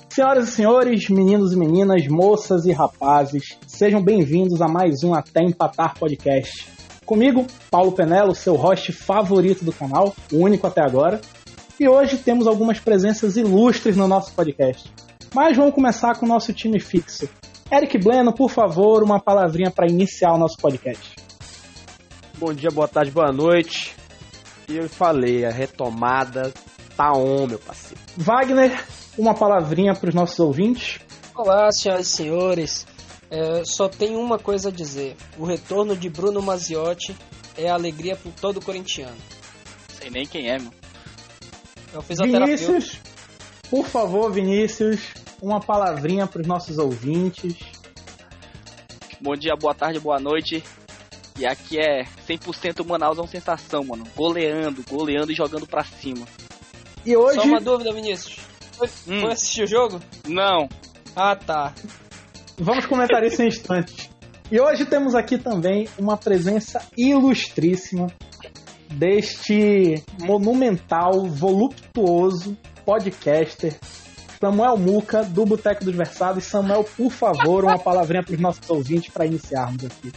Senhoras e senhores, meninos e meninas, moças e rapazes, sejam bem-vindos a mais um Até Empatar Podcast. Comigo, Paulo Penello, seu host favorito do canal, o único até agora. E hoje temos algumas presenças ilustres no nosso podcast. Mas vamos começar com o nosso time fixo. Eric Bleno, por favor, uma palavrinha para iniciar o nosso podcast. Bom dia, boa tarde, boa noite. E eu falei, a retomada tá on, meu parceiro. Wagner, uma palavrinha para os nossos ouvintes. Olá, senhoras e senhores. Só tenho uma coisa a dizer. O retorno de Bruno Mazziotti é alegria por todo corintiano. Sei nem quem é, meu. Eu fiz a terapia. Vinícius, por favor, Vinícius, uma palavrinha para os nossos ouvintes. Bom dia, boa tarde, boa noite. E aqui é 100% Manaus é uma sensação, mano. Goleando e jogando pra cima. E hoje... Só uma dúvida, Vinícius. Foi assistir o jogo? Não. Ah, tá. Vamos comentar isso em instantes. E hoje temos aqui também uma presença ilustríssima deste monumental, voluptuoso podcaster, Samuel Muca, do Boteco dos Versados. Samuel, por favor, uma palavrinha para os nossos ouvintes para iniciarmos aqui.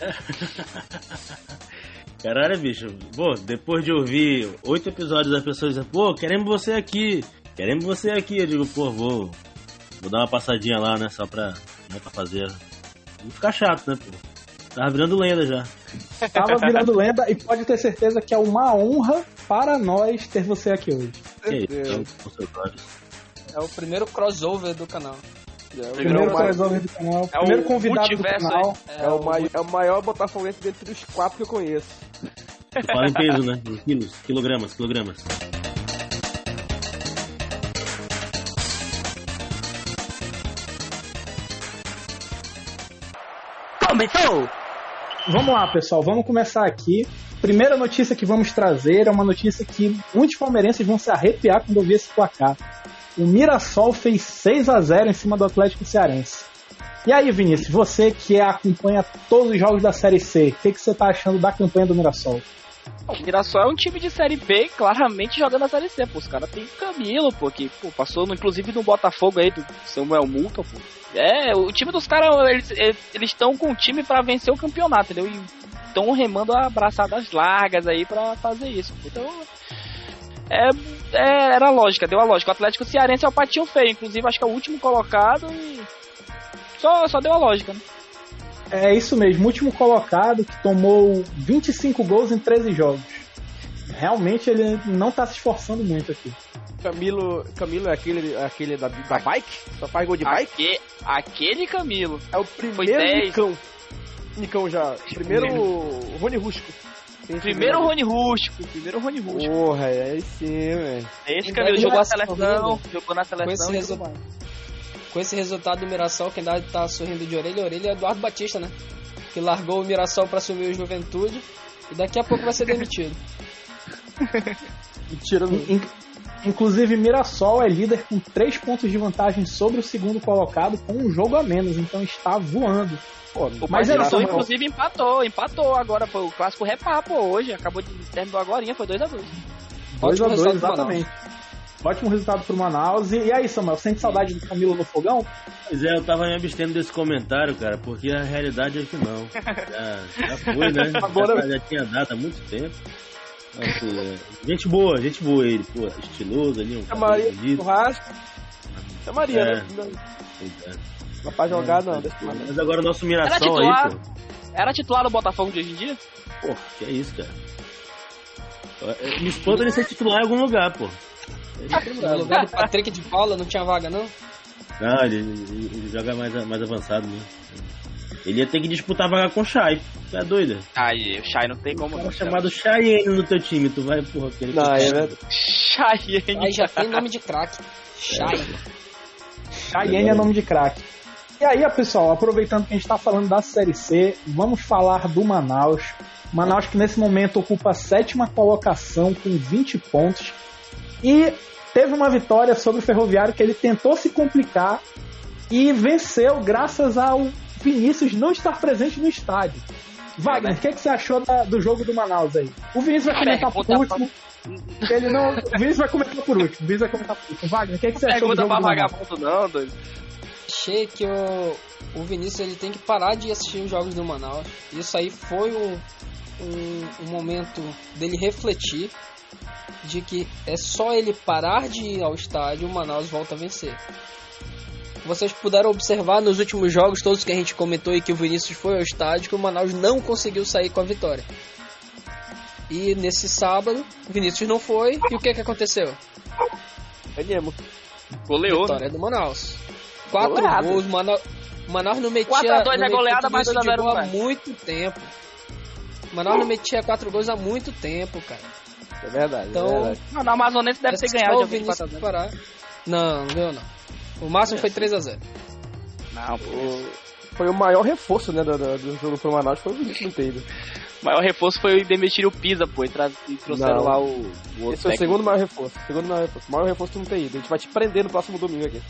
Caralho, bicho. Pô, depois de ouvir 8 episódios das pessoas dizendo, pô, queremos você aqui. Eu digo, pô, vou dar uma passadinha lá, né, só pra fazer. Não ficar chato, né, pô. Tava virando lenda já. Tava virando lenda e pode ter certeza que é uma honra para nós ter você aqui hoje. Que isso, com seus olhos. É o primeiro crossover do canal. Primeiro crossover do canal. Primeiro convidado do canal. É o maior botafoguense dentre os 4 que eu conheço. Tu fala em peso, né? Em quilos, quilogramas. Começou! Vamos lá, pessoal. Vamos começar aqui. Primeira notícia que vamos trazer é uma notícia que muitos palmeirenses vão se arrepiar quando ouvir esse placar. O Mirassol fez 6-0 em cima do Atlético Cearense. E aí, Vinícius, você que acompanha todos os jogos da Série C, o que você tá achando da campanha do Mirassol? O Mirassol é um time de Série B, claramente jogando na Série C, pô. Os caras tem Camilo, pô, que passou inclusive no Botafogo aí, do Samuel Muca, pô. O time dos caras, eles estão com o time pra vencer o campeonato, entendeu? E estão remando a braçadas largas aí pra fazer isso, pô. Então... era lógica, deu a lógica. O Atlético Cearense é o patinho feio, inclusive acho que é o último colocado e só deu a lógica, né? É isso mesmo, o último colocado que tomou 25 gols em 13 jogos. Realmente ele não tá se esforçando muito aqui. Camilo é aquele da bike? Só faz gol de bike? Aquele Camilo. É o primeiro Nicão já. Primeiro Rony Rústico. Primeiro Rony Rústico. Porra, é sim, velho. Esse Camilo jogou na seleção. Com esse resultado do Mirassol, quem tá sorrindo de orelha a orelha é Eduardo Batista, né? Que largou o Mirassol pra assumir o Juventude e daqui a pouco vai ser demitido. Mentira, Inclusive, Mirassol é líder com 3 pontos de vantagem sobre o segundo colocado, com um jogo a menos, então está voando. Pô, o Mirassol, inclusive, empatou agora, foi o clássico repá, pô, hoje, acabou de terminar agorinha, foi 2-2. 2-2, exatamente. Ótimo resultado pro Manaus. E aí, Samuel, sente saudade do Camilo no fogão? Pois é, eu tava me abstendo desse comentário, cara, porque a realidade é que não. Já foi, né? Já tinha data há muito tempo. Nossa, gente boa ele, pô, estiloso ali, um Chamaria churrasco. Chamaria, né? Não pra jogar, não. Mas agora o nosso Mirassol aí, pô. Era titular do Botafogo de hoje em dia? Pô, que é isso, cara. Me espanta ele ser titular em algum lugar, pô. No lugar do Patrick de Paula não tinha vaga, não? Não, ele joga mais avançado mesmo. Ele ia ter que disputar vaga com o Chay. Tu é doido? Aí, o Chay não tem como. Cara chamado Chayenne no teu time, tu vai, porra, querer. Não, é verdade. Chayenne. Aí já tem nome de craque. Chayenne é nome de craque. E aí, pessoal, aproveitando que a gente tá falando da Série C, vamos falar do Manaus. Manaus que nesse momento ocupa a 7ª colocação com 20 pontos. E teve uma vitória sobre o Ferroviário que ele tentou se complicar e venceu graças ao Vinícius não estar presente no estádio. Wagner, o que você achou do jogo do Manaus aí? O Vinícius vai comentar por último. Ele não. O Vinícius vai comentar por último. Wagner, o que você achou do jogo Pergunta pra do Manaus? vagabundo não, doido. Achei que o Vinícius ele tem que parar de assistir os jogos do Manaus. Isso aí foi um momento dele refletir de que é só ele parar de ir ao estádio, o Manaus volta a vencer. Vocês puderam observar nos últimos jogos, todos que a gente comentou e que o Vinícius foi ao estádio, que o Manaus não conseguiu sair com a vitória. E nesse sábado, o Vinícius não foi, e o que aconteceu? Ganhamos. Goleou, né? Vitória do Manaus. 4 Goleada. gols, Manaus não metia... 4-2 não é goleada, metia mas 2-0 de gol não há é. muito tempo. Manaus não metia 4 gols há muito tempo, cara. É verdade. Então, é verdade. Não, na Amazonense deve ter só ganhado o de alguém de Vinícius 4-0. parar. Não ganhou não. O máximo foi 3-0. Não, pô. Foi o maior reforço, né, do jogo pro Manaus, foi o Vinícius não ter ido. O maior reforço foi demitir o Pisa, pô, e trouxeram Não. lá o outro Esse é o técnico. segundo maior reforço. O maior reforço tu não ter ido. A gente vai te prender no próximo domingo aqui.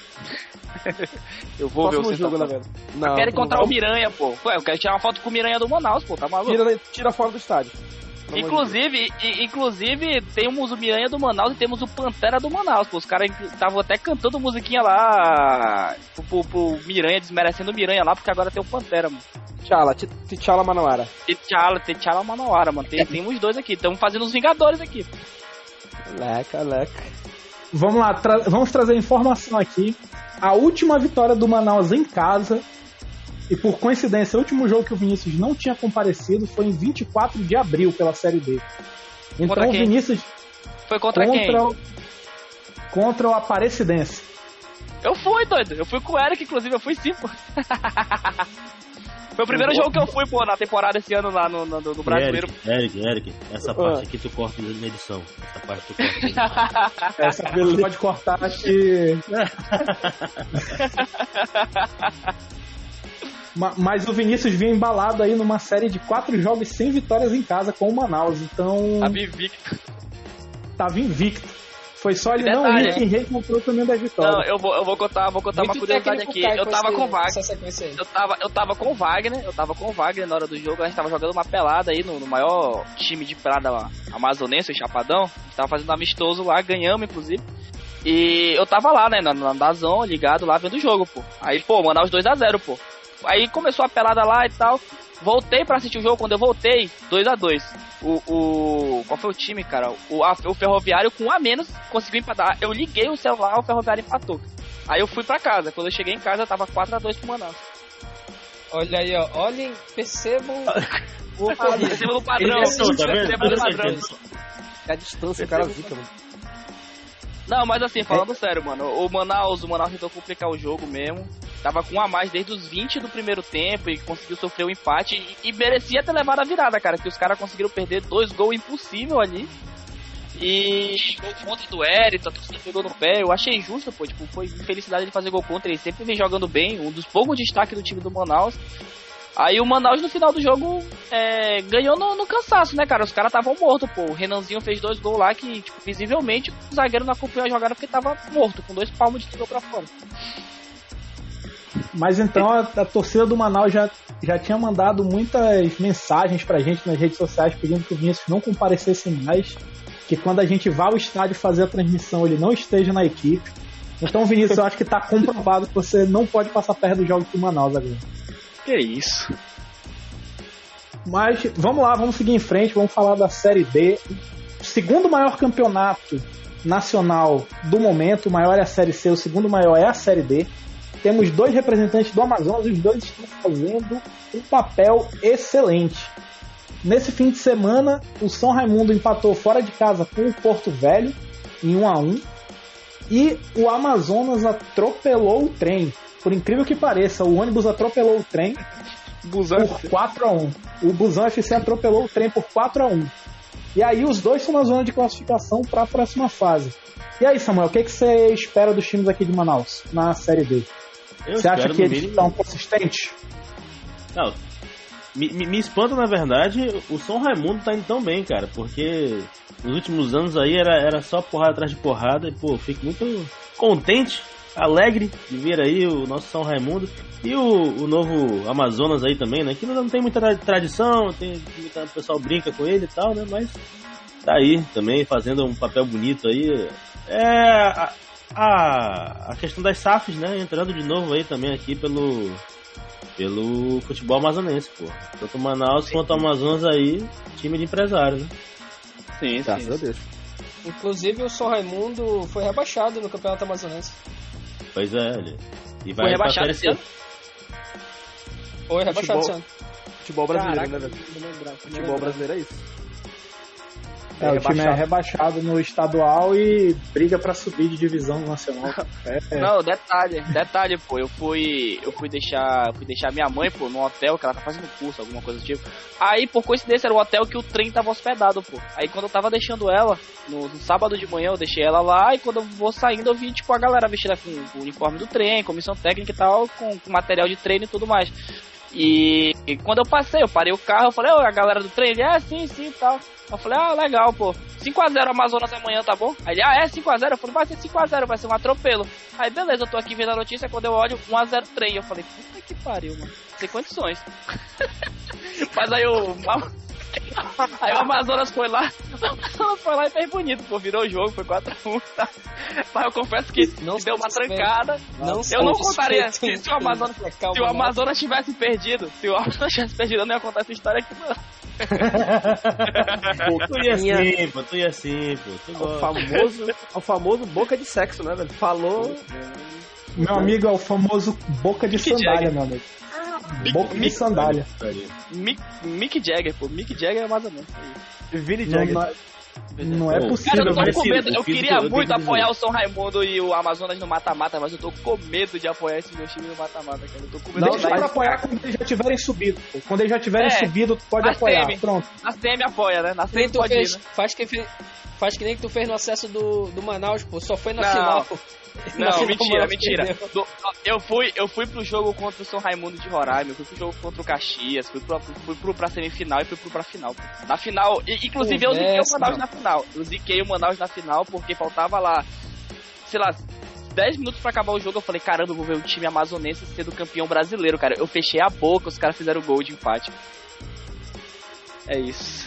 Eu vou ver o Próximo jogo, né, sensação. velho? Não, Quero encontrar não. o Miranha, pô. Ué, eu quero tirar uma foto com o Miranha do Manaus, pô, tá maluco? Tira fora do estádio. Pelo amor de Deus. Inclusive, temos o Miranha do Manaus e temos o Pantera do Manaus, pô. Os caras estavam até cantando musiquinha lá pro Miranha, desmerecendo o Miranha lá, porque agora tem o Pantera, mano. T'Challa Manauara. T'Challa Manauara, mano. Tem os dois aqui. Estamos fazendo os Vingadores aqui. Leca. Vamos lá, vamos trazer informação aqui. A última vitória do Manaus em casa, e por coincidência, o último jogo que o Vinícius não tinha comparecido foi em 24 de abril pela Série B. Então Contra o quem? Vinícius Foi contra quem? contra o Aparecidense. Eu fui, doido. Eu fui com o Eric, inclusive. Eu fui sim, pô. Foi o primeiro jogo que eu fui, pô, na temporada esse ano lá no Brasileiro. Eric, essa parte aqui tu corta na edição. Essa parte tu corta na edição. Essa beleza pode cortar aqui. Mas o Vinícius vinha embalado aí numa série de 4 jogos sem vitórias em casa com o Manaus. Então. Tava invicto. Foi só ele não ir que reencontrou o caminho da vitória. Não, eu vou contar uma curiosidade aqui. Eu tava com o Wagner. Eu tava com o Wagner na hora do jogo. A gente tava jogando uma pelada aí no maior time de pelada amazonense, o Chapadão. A gente tava fazendo um amistoso lá, ganhamos inclusive. E eu tava lá, né, na Dazon, ligado lá, vendo o jogo, pô. Aí, pô, mandar os 2-0, pô. Aí começou a pelada lá e tal. Voltei pra assistir o jogo. Quando eu voltei, 2-2. Qual foi o time, cara? O Ferroviário com 1 a menos conseguiu empatar. Eu liguei o celular, o Ferroviário empatou. Aí eu fui pra casa. Quando eu cheguei em casa, tava 4-2 pro Manaus. Olha aí, ó. Olhem, percebam o Percebam o padrão. Tá vendo? Percebam o padrão. É a distância, o cara zica, mano. Não, mas assim, falando sério, mano, o Manaus tentou complicar o jogo mesmo. Tava com 1 a mais desde os 20 do primeiro tempo e conseguiu sofrer o empate e merecia ter levado a virada, cara, que os caras conseguiram perder 2 gols impossível ali. E gol contra do Eric, a torcida pegou no pé. Eu achei justo, pô, tipo, foi infelicidade de fazer gol contra. Ele sempre vem jogando bem, um dos poucos destaques do time do Manaus. Aí o Manaus no final do jogo ganhou no cansaço, né, cara? Os caras estavam mortos, pô. O Renanzinho fez 2 gols lá que, tipo, visivelmente o zagueiro não acompanhou a jogada porque tava morto, com 2 palmos de tiro pra fora. Mas então a torcida do Manaus já tinha mandado muitas mensagens pra gente nas redes sociais pedindo que o Vinícius não comparecesse mais, que quando a gente vá ao estádio fazer a transmissão ele não esteja na equipe. Então, Vinícius, eu acho que tá comprovado que você não pode passar perto dos jogos do Manaus agora. Que isso? Mas vamos lá, vamos seguir em frente, vamos falar da Série D. O segundo maior campeonato nacional do momento, o maior é a Série C, o segundo maior é a Série D. Temos 2 representantes do Amazonas e os 2 estão fazendo um papel excelente. Nesse fim de semana, o São Raimundo empatou fora de casa com o Porto Velho em 1-1 e o Amazonas atropelou o trem. Por incrível que pareça, o ônibus atropelou o trem por 4-1. O Busão FC atropelou o trem por 4-1. E aí os 2 estão na zona de classificação para a próxima fase. E aí, Samuel, o que você espera dos times aqui de Manaus na Série D? Você acha que eles estão consistentes? Não, me espanta, na verdade, o São Raimundo tá indo tão bem, cara, porque nos últimos anos aí era só porrada atrás de porrada, e pô, fico muito contente, alegre de ver aí o nosso São Raimundo e o novo Amazonas aí também, né, que não tem muita tradição, o pessoal brinca com ele e tal, né, mas tá aí também fazendo um papel bonito aí. A questão das SAFs, né? Entrando de novo aí também aqui pelo futebol amazonense, pô. Tanto o Manaus quanto o Amazonas aí, time de empresário, né? Sim, Graças a Deus. Inclusive o São Raimundo foi rebaixado no Campeonato Amazonense. Pois é, ele. E vai Foi rebaixado esse ano? Foi rebaixado esse ano. Futebol brasileiro, Caraca, né, velho? Futebol brasileiro é isso. O time é rebaixado no estadual e briga pra subir de divisão no nacional. Não, detalhe, pô, eu fui deixar minha mãe, pô, num hotel que ela tá fazendo curso, alguma coisa do tipo. Aí, por coincidência, era o hotel que o trem tava hospedado, pô. Aí quando eu tava deixando ela, no sábado de manhã eu deixei ela lá, e quando eu vou saindo eu vi, tipo, a galera vestida com o uniforme do trem, comissão técnica e tal, com material de treino e tudo mais. E quando eu parei o carro, eu falei, a galera do trem, ele, sim e tal. Eu falei, legal, pô, 5x0 Amazonas amanhã, tá bom? Aí ele, 5x0? Eu falei, vai ser 5x0, vai ser um atropelo. Aí beleza, eu tô aqui vendo a notícia, quando eu olho, 1x0 trem. Eu falei, puta que pariu, mano, sem condições. Mas aí Aí o Amazonas foi lá e fez bonito, pô, virou o jogo, foi 4x1, tá? Mas eu confesso que deu uma trancada. Eu não contaria se o Amazonas tivesse perdido. Se o Amazonas tivesse perdido, eu não ia contar essa história aqui, não. Tu ia sim, pô. O famoso boca de sexo, né, velho? Falou. Meu amigo, é o famoso boca de sandália, meu amigo. Boca de sandália. Mick Jagger, pô. Mick Jagger é mais ou menos. Vini Jagger. Não é possível. Cara, eu tô com medo. Eu queria muito apoiar o São Raimundo e o Amazonas no mata-mata, mas eu tô com medo de apoiar esses dois times no mata-mata, cara. Eu tô com medo. Deixa pra apoiar quando eles já tiverem subido. Quando eles já tiverem subido, tu pode apoiar. Pronto. Na CM apoia, né? Na CM pode ir, né? Faz que nem que tu fez no acesso do Manaus, pô. Só foi na final. Não, mentira. Eu fui pro jogo contra o São Raimundo de Roraima, eu fui pro jogo contra o Caxias, fui pra semifinal e fui pra final. Na final, inclusive eu ziquei o Manaus na final. Eu ziquei o Manaus na final porque faltava lá, sei lá, 10 minutos pra acabar o jogo. Eu falei, caramba, eu vou ver o time amazonense sendo campeão brasileiro, cara. Eu fechei a boca, os caras fizeram o gol de empate. É isso.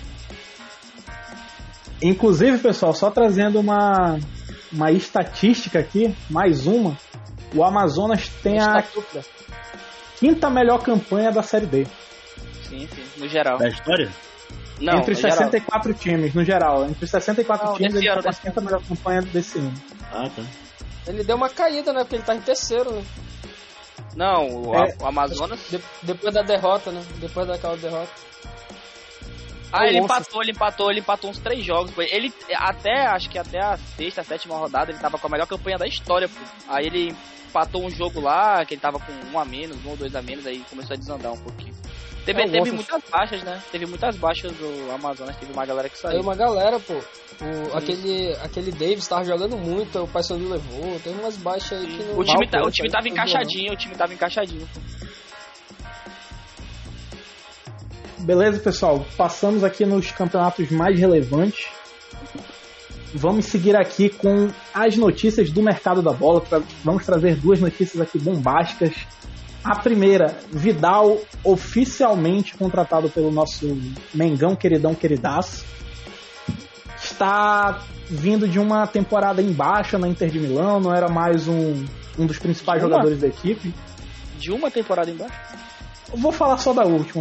Inclusive, pessoal, só trazendo uma estatística aqui, mais uma. O Amazonas tem a quinta melhor campanha da Série B. Sim, no geral. Da história? Não, entre 64 times, no geral. Entre 64 times, ele tá com a quinta melhor campanha desse ano. Tá. Ele deu uma caída, né? Porque ele tá em terceiro, né? Não, o Amazonas... Depois da derrota, né? Depois daquela derrota. Ele empatou uns 3 jogos. Ele acho que até a 6ª, 7ª rodada ele tava com a melhor campanha da história, pô. Aí ele empatou um jogo lá, que ele tava com 1 a menos, 1 ou 2 a menos, aí começou a desandar um pouquinho. Teve muitas baixas, né? Teve muitas baixas do Amazonas, teve uma galera que saiu. Teve uma galera, pô. Aquele Davis tava jogando muito, o Paysandu levou, teve umas baixas aí que não... O time tava encaixadinho, pô. Beleza, pessoal? Passamos aqui nos campeonatos mais relevantes. Vamos seguir aqui com as notícias do mercado da bola. Vamos trazer 2 notícias aqui bombásticas. A primeira, Vidal oficialmente contratado pelo nosso Mengão queridão queridaço. Está vindo de uma temporada em baixa na Inter de Milão, não era mais um dos principais jogadores da equipe. De uma temporada em baixa? Vou falar só da última.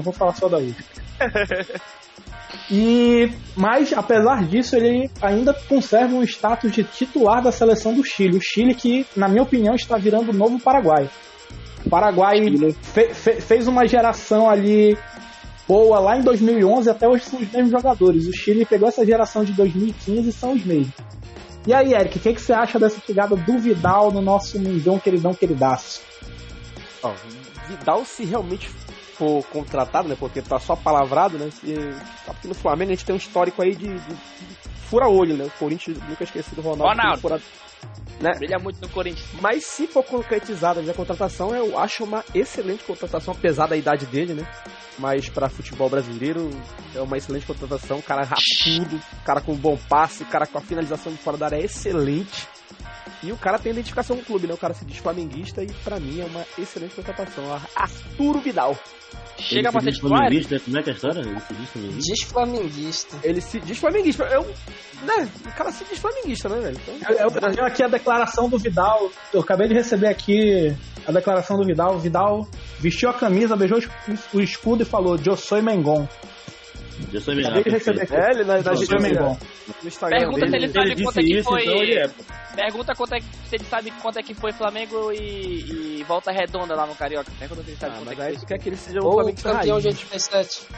Mas, apesar disso, ele ainda conserva um status de titular da seleção do Chile. O Chile que, na minha opinião, está virando o novo Paraguai. O Paraguai fez uma geração ali boa lá em 2011, até hoje são os mesmos jogadores. O Chile pegou essa geração de 2015 e são os mesmos. E aí, Eric, o que você acha dessa chegada do Vidal no nosso Mengão queridão queridaço? Vidal, se realmente for contratado, né, porque tá só palavrado, né, porque no Flamengo a gente tem um histórico aí de fura-olho, né, o Corinthians, nunca esqueci do Ronaldo. Né? Brilha muito no Corinthians. Mas se for concretizada a contratação, eu acho uma excelente contratação, apesar da idade dele, né, mas para futebol brasileiro é uma excelente contratação, cara raçudo, cara com bom passe, cara com a finalização de fora da área é excelente. E o cara tem identificação com o clube, né? O cara se diz flamenguista e pra mim é uma excelente contratação. Arturo Vidal. chega pra ser diz titular. flamenguista, como é que é a história? Ele se diz flamenguista? Diz flamenguista. Ele se diz flamenguista. O cara se diz flamenguista, né, velho? Então, Eu tenho aqui a declaração do Vidal. Eu acabei de receber aqui a declaração do Vidal. O Vidal vestiu a camisa, beijou o escudo e falou: "Eu sou Mengon". Eu sou Acabei de receber aqui. ele na Eu sou Mengon. no Instagram Pergunta se dele. ele sabe Ele quanto é disse que isso, foi. então ele é. Pergunta se ele sabe quanto é que foi Flamengo e Volta Redonda lá no Carioca. Pergunta se ele sabe quanto é Mas que aí foi. tu quer que ele seja um Ou o flamenguista campeão de raiz. 87.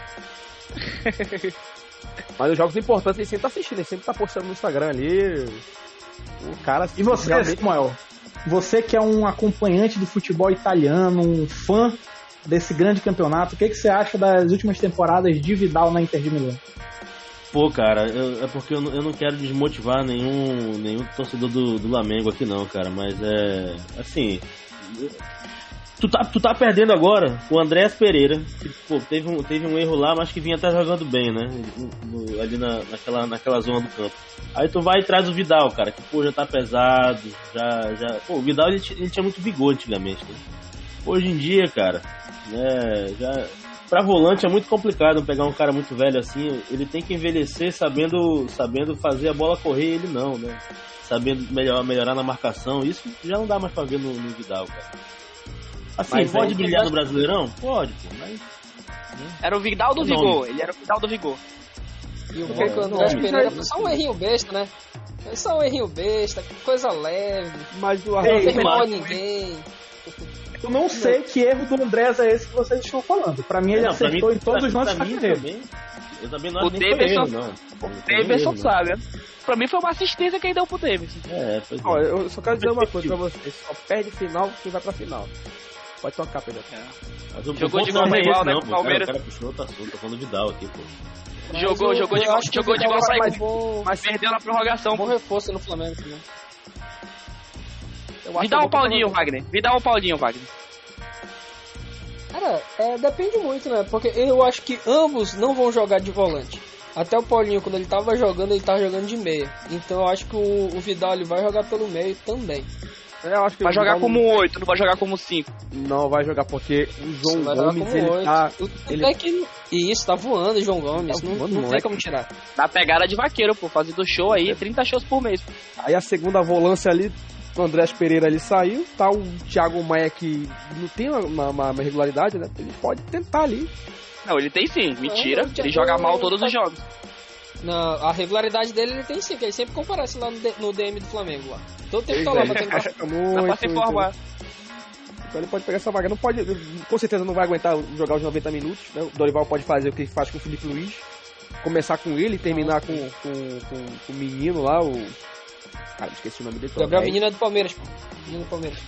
Mas os jogos importantes ele sempre tá assistindo, ele sempre tá postando no Instagram ali. O cara. E você, realmente- Samuel? Você que é um acompanhante do futebol italiano, um fã desse grande campeonato, o que você acha das últimas temporadas de Vidal na Inter de Milão? Pô, cara, é porque eu não quero desmotivar nenhum torcedor do Flamengo aqui não, cara, mas é assim, tu tá perdendo agora o Andrés Pereira, que pô, teve um erro lá, mas que vinha até jogando bem, né, ali naquela zona do campo. Aí tu vai e traz o Vidal, cara, que pô, já tá pesado, já pô, o Vidal ele tinha muito vigor antigamente, né? Hoje em dia, cara, né, pra volante é muito complicado pegar um cara muito velho assim. Ele tem que envelhecer sabendo fazer a bola correr, ele não, né? Sabendo melhorar na marcação. Isso já não dá mais pra ver no Vidal, cara. Assim, Mas pode aí- brilhar no Brasileirão? Pode, pô, mas... Era o Vidal do Não. Vigor. Ele era o Vidal do Vigor. E o bom que o Andrés não, Pereira foi só um errinho besta, né? Foi só um errinho besta, coisa leve. Mas o Não Ei, ferrou mas- ninguém. Eu não sei que erro do Andrés é esse que vocês estão falando. Pra mim, ele Não, pra acertou mim- em todos os lances pra mim dele. também. Eu também não O acho nem que foi Davidson- erro, não. O Davidson sabe, né? Pra mim foi uma assistência que ele deu pro Davidson. É, pois Ó, é. eu só quero dizer uma coisa pra vocês: só perde final quem vai pra final. Pode tocar, Pedro. Mas o Jogou ponto de não igual é pra igual, esse, né, não, com pô. o Palmeiras. O cara puxou outro assunto, tô falando do Vidal aqui, pô. Mas Jogou de eu acho que o igual Vidal pra vai igual. ser um Mas perdeu na prorrogação. bom reforço no Flamengo também. Eu acho Vidal que ou Paulinho, Wagner? Vidal ou Paulinho, Wagner? Cara, depende muito, né? Porque eu acho que ambos não vão jogar de volante. Até o Paulinho, quando ele tava jogando de meia. Então eu acho que o Vidal ele vai jogar pelo meio também. Eu acho que Vai o jogar Vidal como 8, não vai jogar como 5. Não vai jogar porque o João Vai jogar Gomes como ele 8. tá. Até que... Isso, tá voando o João Gomes. Tá não voando, não tem moleque. como tirar. Na pegada de vaqueiro, pô. Fazendo show aí, 30 shows por mês. Aí a segunda volância ali, o Andrés Pereira ali saiu, tá o Thiago Maia que não tem uma regularidade, né? Ele pode tentar ali. Não, ele tem sim. Mentira. Não, Ele joga mal todos os jogos. Não, a regularidade dele ele tem sim, porque ele sempre comparece lá no DM do Flamengo lá. Todo tempo tá lá batendo Machuca Dá muito. pra se informar. Então ele pode pegar essa vaga. Não pode, com certeza não vai aguentar jogar os 90 minutos. Né? O Dorival pode fazer o que ele faz com o Felipe Luiz. Começar com ele e terminar com o menino lá, o. Cara, esqueci o nome dele. Gabriel Menino é do Palmeiras, pô. Menino do Palmeiras.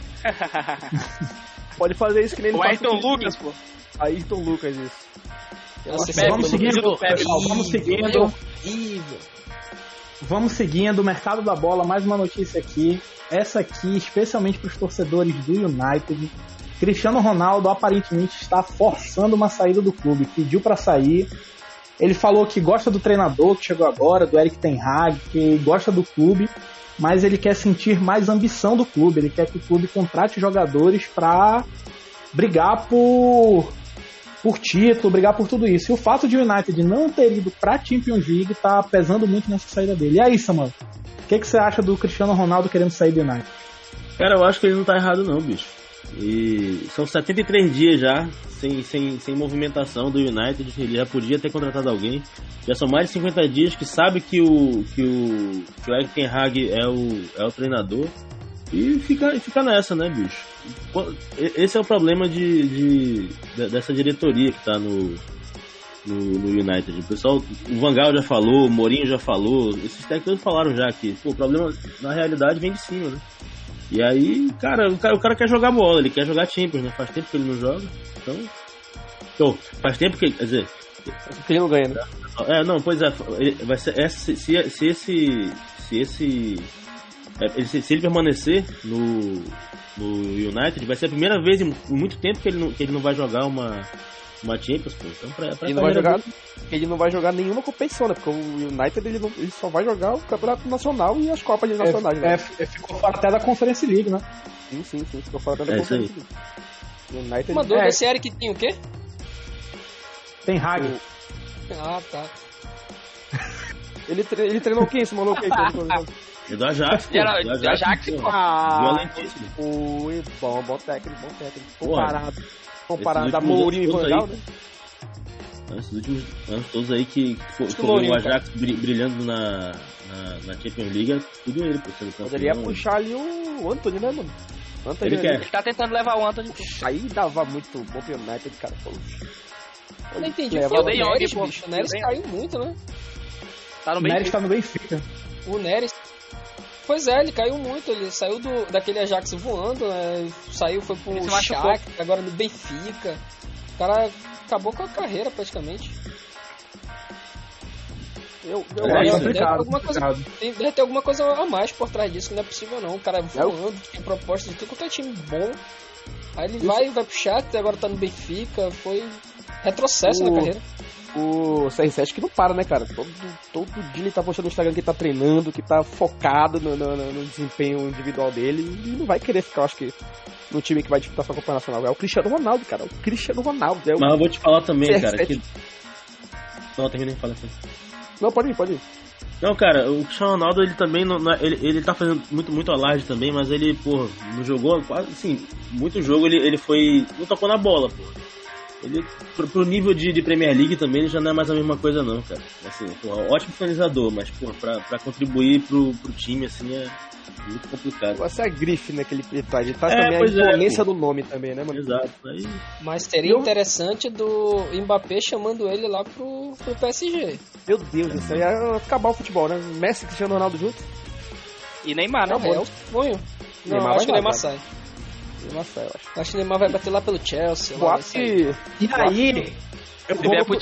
Pode fazer isso que nem ele O faz Ayrton com o Lucas, pô. Ayrton Lucas, isso. Nossa, Vamos seguindo, pessoal, vamos seguindo. Horrível. Vamos seguindo o mercado da bola, mais uma notícia aqui. Essa aqui, especialmente para os torcedores do United. Cristiano Ronaldo aparentemente está forçando uma saída do clube. Pediu para sair. Ele falou que gosta do treinador que chegou agora, do Erik ten Hag, que gosta do clube, mas ele quer sentir mais ambição do clube. Ele quer que o clube contrate jogadores para brigar por título, brigar por tudo isso. E o fato de o United não ter ido pra Champions League tá pesando muito nessa saída dele. E aí, Samuel, o que você acha do Cristiano Ronaldo querendo sair do United? Cara, eu acho que ele não tá errado não, bicho. E são 73 dias já sem movimentação do United. Ele já podia ter contratado alguém. Já são mais de 50 dias que sabe que o Erik ten Hag é o treinador. E fica nessa, né, bicho? Esse é o problema dessa diretoria que tá no United. O pessoal, o Van Gaal já falou, o Mourinho já falou, esses técnicos falaram já que pô, o problema na realidade vem de cima, né? E aí, cara, o cara quer jogar bola, ele quer jogar Champions, né? Faz tempo que ele não joga, então faz tempo que, quer dizer, Que ele não ganha, né? não, pois é, vai ser se ele permanecer no United, vai ser a primeira vez em muito tempo que ele não vai jogar uma Champions, pô. Então, ele não vai jogar nenhuma competição, né? Porque o United ele só vai jogar o Campeonato Nacional e as Copas Nacionais, né? Ficou fora até da Conference League, né? Sim, ficou fora até da isso aí. Conference League. O United Uma dúvida, esse Eric tem o quê? Tem Hag. Ah, tá. Ele treinou quem, esse maluco aí? É do Ajax, pô. Era do Ajax, pô. Violentíssimo. Foi bom técnico. Porra. Comparado a Mourinho e Van Gaal, né? Esses últimos anos todos aí que foi o Ajax brilhando na Champions League, tudo ele, por ser campeão. Poderia puxar ali o Antony, né, mano? Ele quer. Ele tá tentando levar o Antony. Aí dava muito bom pro United, cara. Eu não entendi. Leva Foi o o Neres, Young, bicho. O Neres caiu muito, né? Tá no O meio. Neres tá no Benfica. O Neres. Pois é, ele caiu muito. Ele saiu daquele Ajax voando, né? Foi pro Ele se machucou. Shakhtar, agora no Benfica. O cara acabou com a carreira praticamente. Deve ter alguma coisa a mais por trás disso, que não é possível não. O cara voando, tem proposta de tudo quanto é time bom. Aí ele vai pro Shakhtar, agora tá no Benfica. Foi retrocesso na carreira. O CR7 que não para, né, cara? Todo dia ele tá postando no Instagram que tá treinando, que tá focado no desempenho individual dele e não vai querer ficar, acho que, no time que vai disputar sua Copa Nacional. É o Cristiano Ronaldo, cara. O Cristiano Ronaldo. Mas eu vou te falar também, CR7. cara, que... Não, terminei, fala assim. Não, pode ir. Não, cara, o Cristiano Ronaldo, ele também, ele tá fazendo muito alarde também, mas ele, pô, não jogou quase, assim, muito jogo ele foi, não tocou na bola, pô. Ele, pro nível de Premier League também, ele já não é mais a mesma coisa não, cara. Assim, pô, ótimo finalizador, mas, pô, pra contribuir pro time, assim, é muito complicado. Essa é a grife, né, que ele traz. Ele traz também a imponência do nome também, né, mano? Exato. Aí... Mas seria interessante do Mbappé chamando ele lá pro PSG. Meu Deus, isso aí é acabar o futebol, né? Messi e Cristiano Ronaldo juntos. E Neymar, né? É o sonho. Não, Neymar acho que o vai Neymar lá, sai. Nossa, eu acho. Acho que o Neymar vai bater lá pelo Chelsea. E aí, eu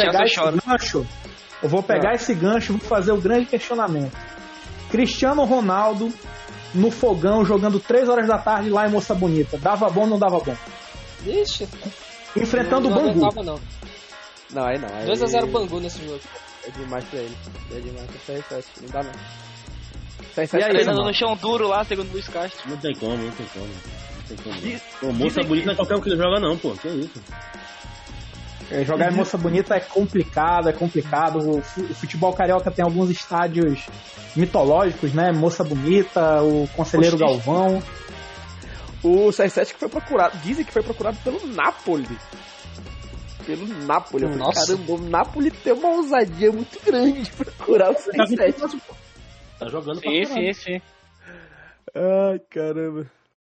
vou pegar esse gancho e vou fazer o grande questionamento. Cristiano Ronaldo no fogão jogando 3 horas da tarde lá em Moça Bonita. Dava bom ou não dava bom? Ixi. Enfrentando o Bangu. Não dava não. Não, aí não. 2x0 Bangu nesse jogo. É demais pra ele. É demais pra CR7. Não dá não. E aí, treinando no chão duro lá, segundo o Luiz Castro. Não tem como. Pô, Moça Bonita não é qualquer um que ele joga não, pô. Que isso? Jogar em Moça Bonita é complicado. O futebol carioca tem alguns estádios mitológicos, né? Moça Bonita, o Conselheiro Galvão. O CR7 que foi procurado, dizem que foi procurado pelo Napoli. Nossa. Caramba, o Napoli tem uma ousadia muito grande de procurar o CR7. Tá jogando pra caramba. Sim. Ai, caramba.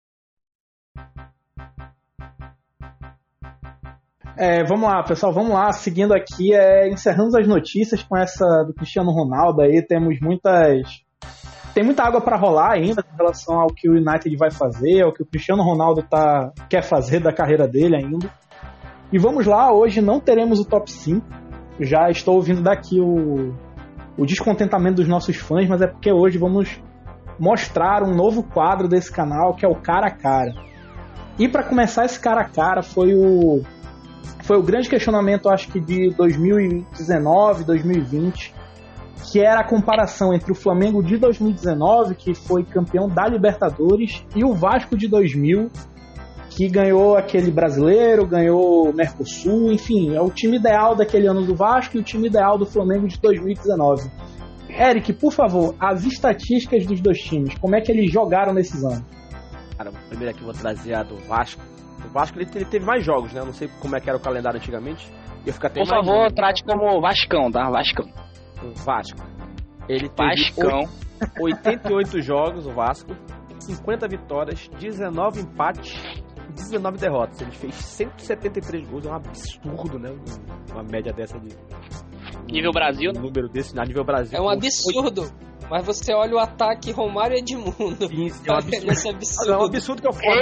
Vamos lá, pessoal, seguindo aqui, encerramos as notícias com essa do Cristiano Ronaldo aí, tem muita água para rolar ainda com relação ao que o United vai fazer, ao que o Cristiano Ronaldo quer fazer da carreira dele ainda. E vamos lá, hoje não teremos o top 5, já estou ouvindo daqui o descontentamento dos nossos fãs, mas é porque hoje vamos mostrar um novo quadro desse canal, que é o Cara a Cara. E para começar esse Cara a Cara foi o grande questionamento, acho que de 2019, 2020, que era a comparação entre o Flamengo de 2019, que foi campeão da Libertadores, e o Vasco de 2000, que ganhou aquele brasileiro, ganhou o Mercosul, enfim, é o time ideal daquele ano do Vasco e o time ideal do Flamengo de 2019. Eric, por favor, as estatísticas dos dois times, como é que eles jogaram nesses anos? Cara, primeiro aqui eu vou trazer a do Vasco. O Vasco ele teve mais jogos, né? Eu não sei como é que era o calendário antigamente. Por favor, trate como Vascão, tá? Vascão. O Vasco. Ele teve 88 jogos, o Vasco. 50 vitórias, 19 empates e 19 derrotas. Ele fez 173 gols. É um absurdo, né? Uma média dessa de... Nível Brasil, né? Um número desse na nível Brasil. É um absurdo. Mas você olha o ataque Romário e Edmundo. Sim, é um absurdo. Esse absurdo. É um absurdo que eu falo.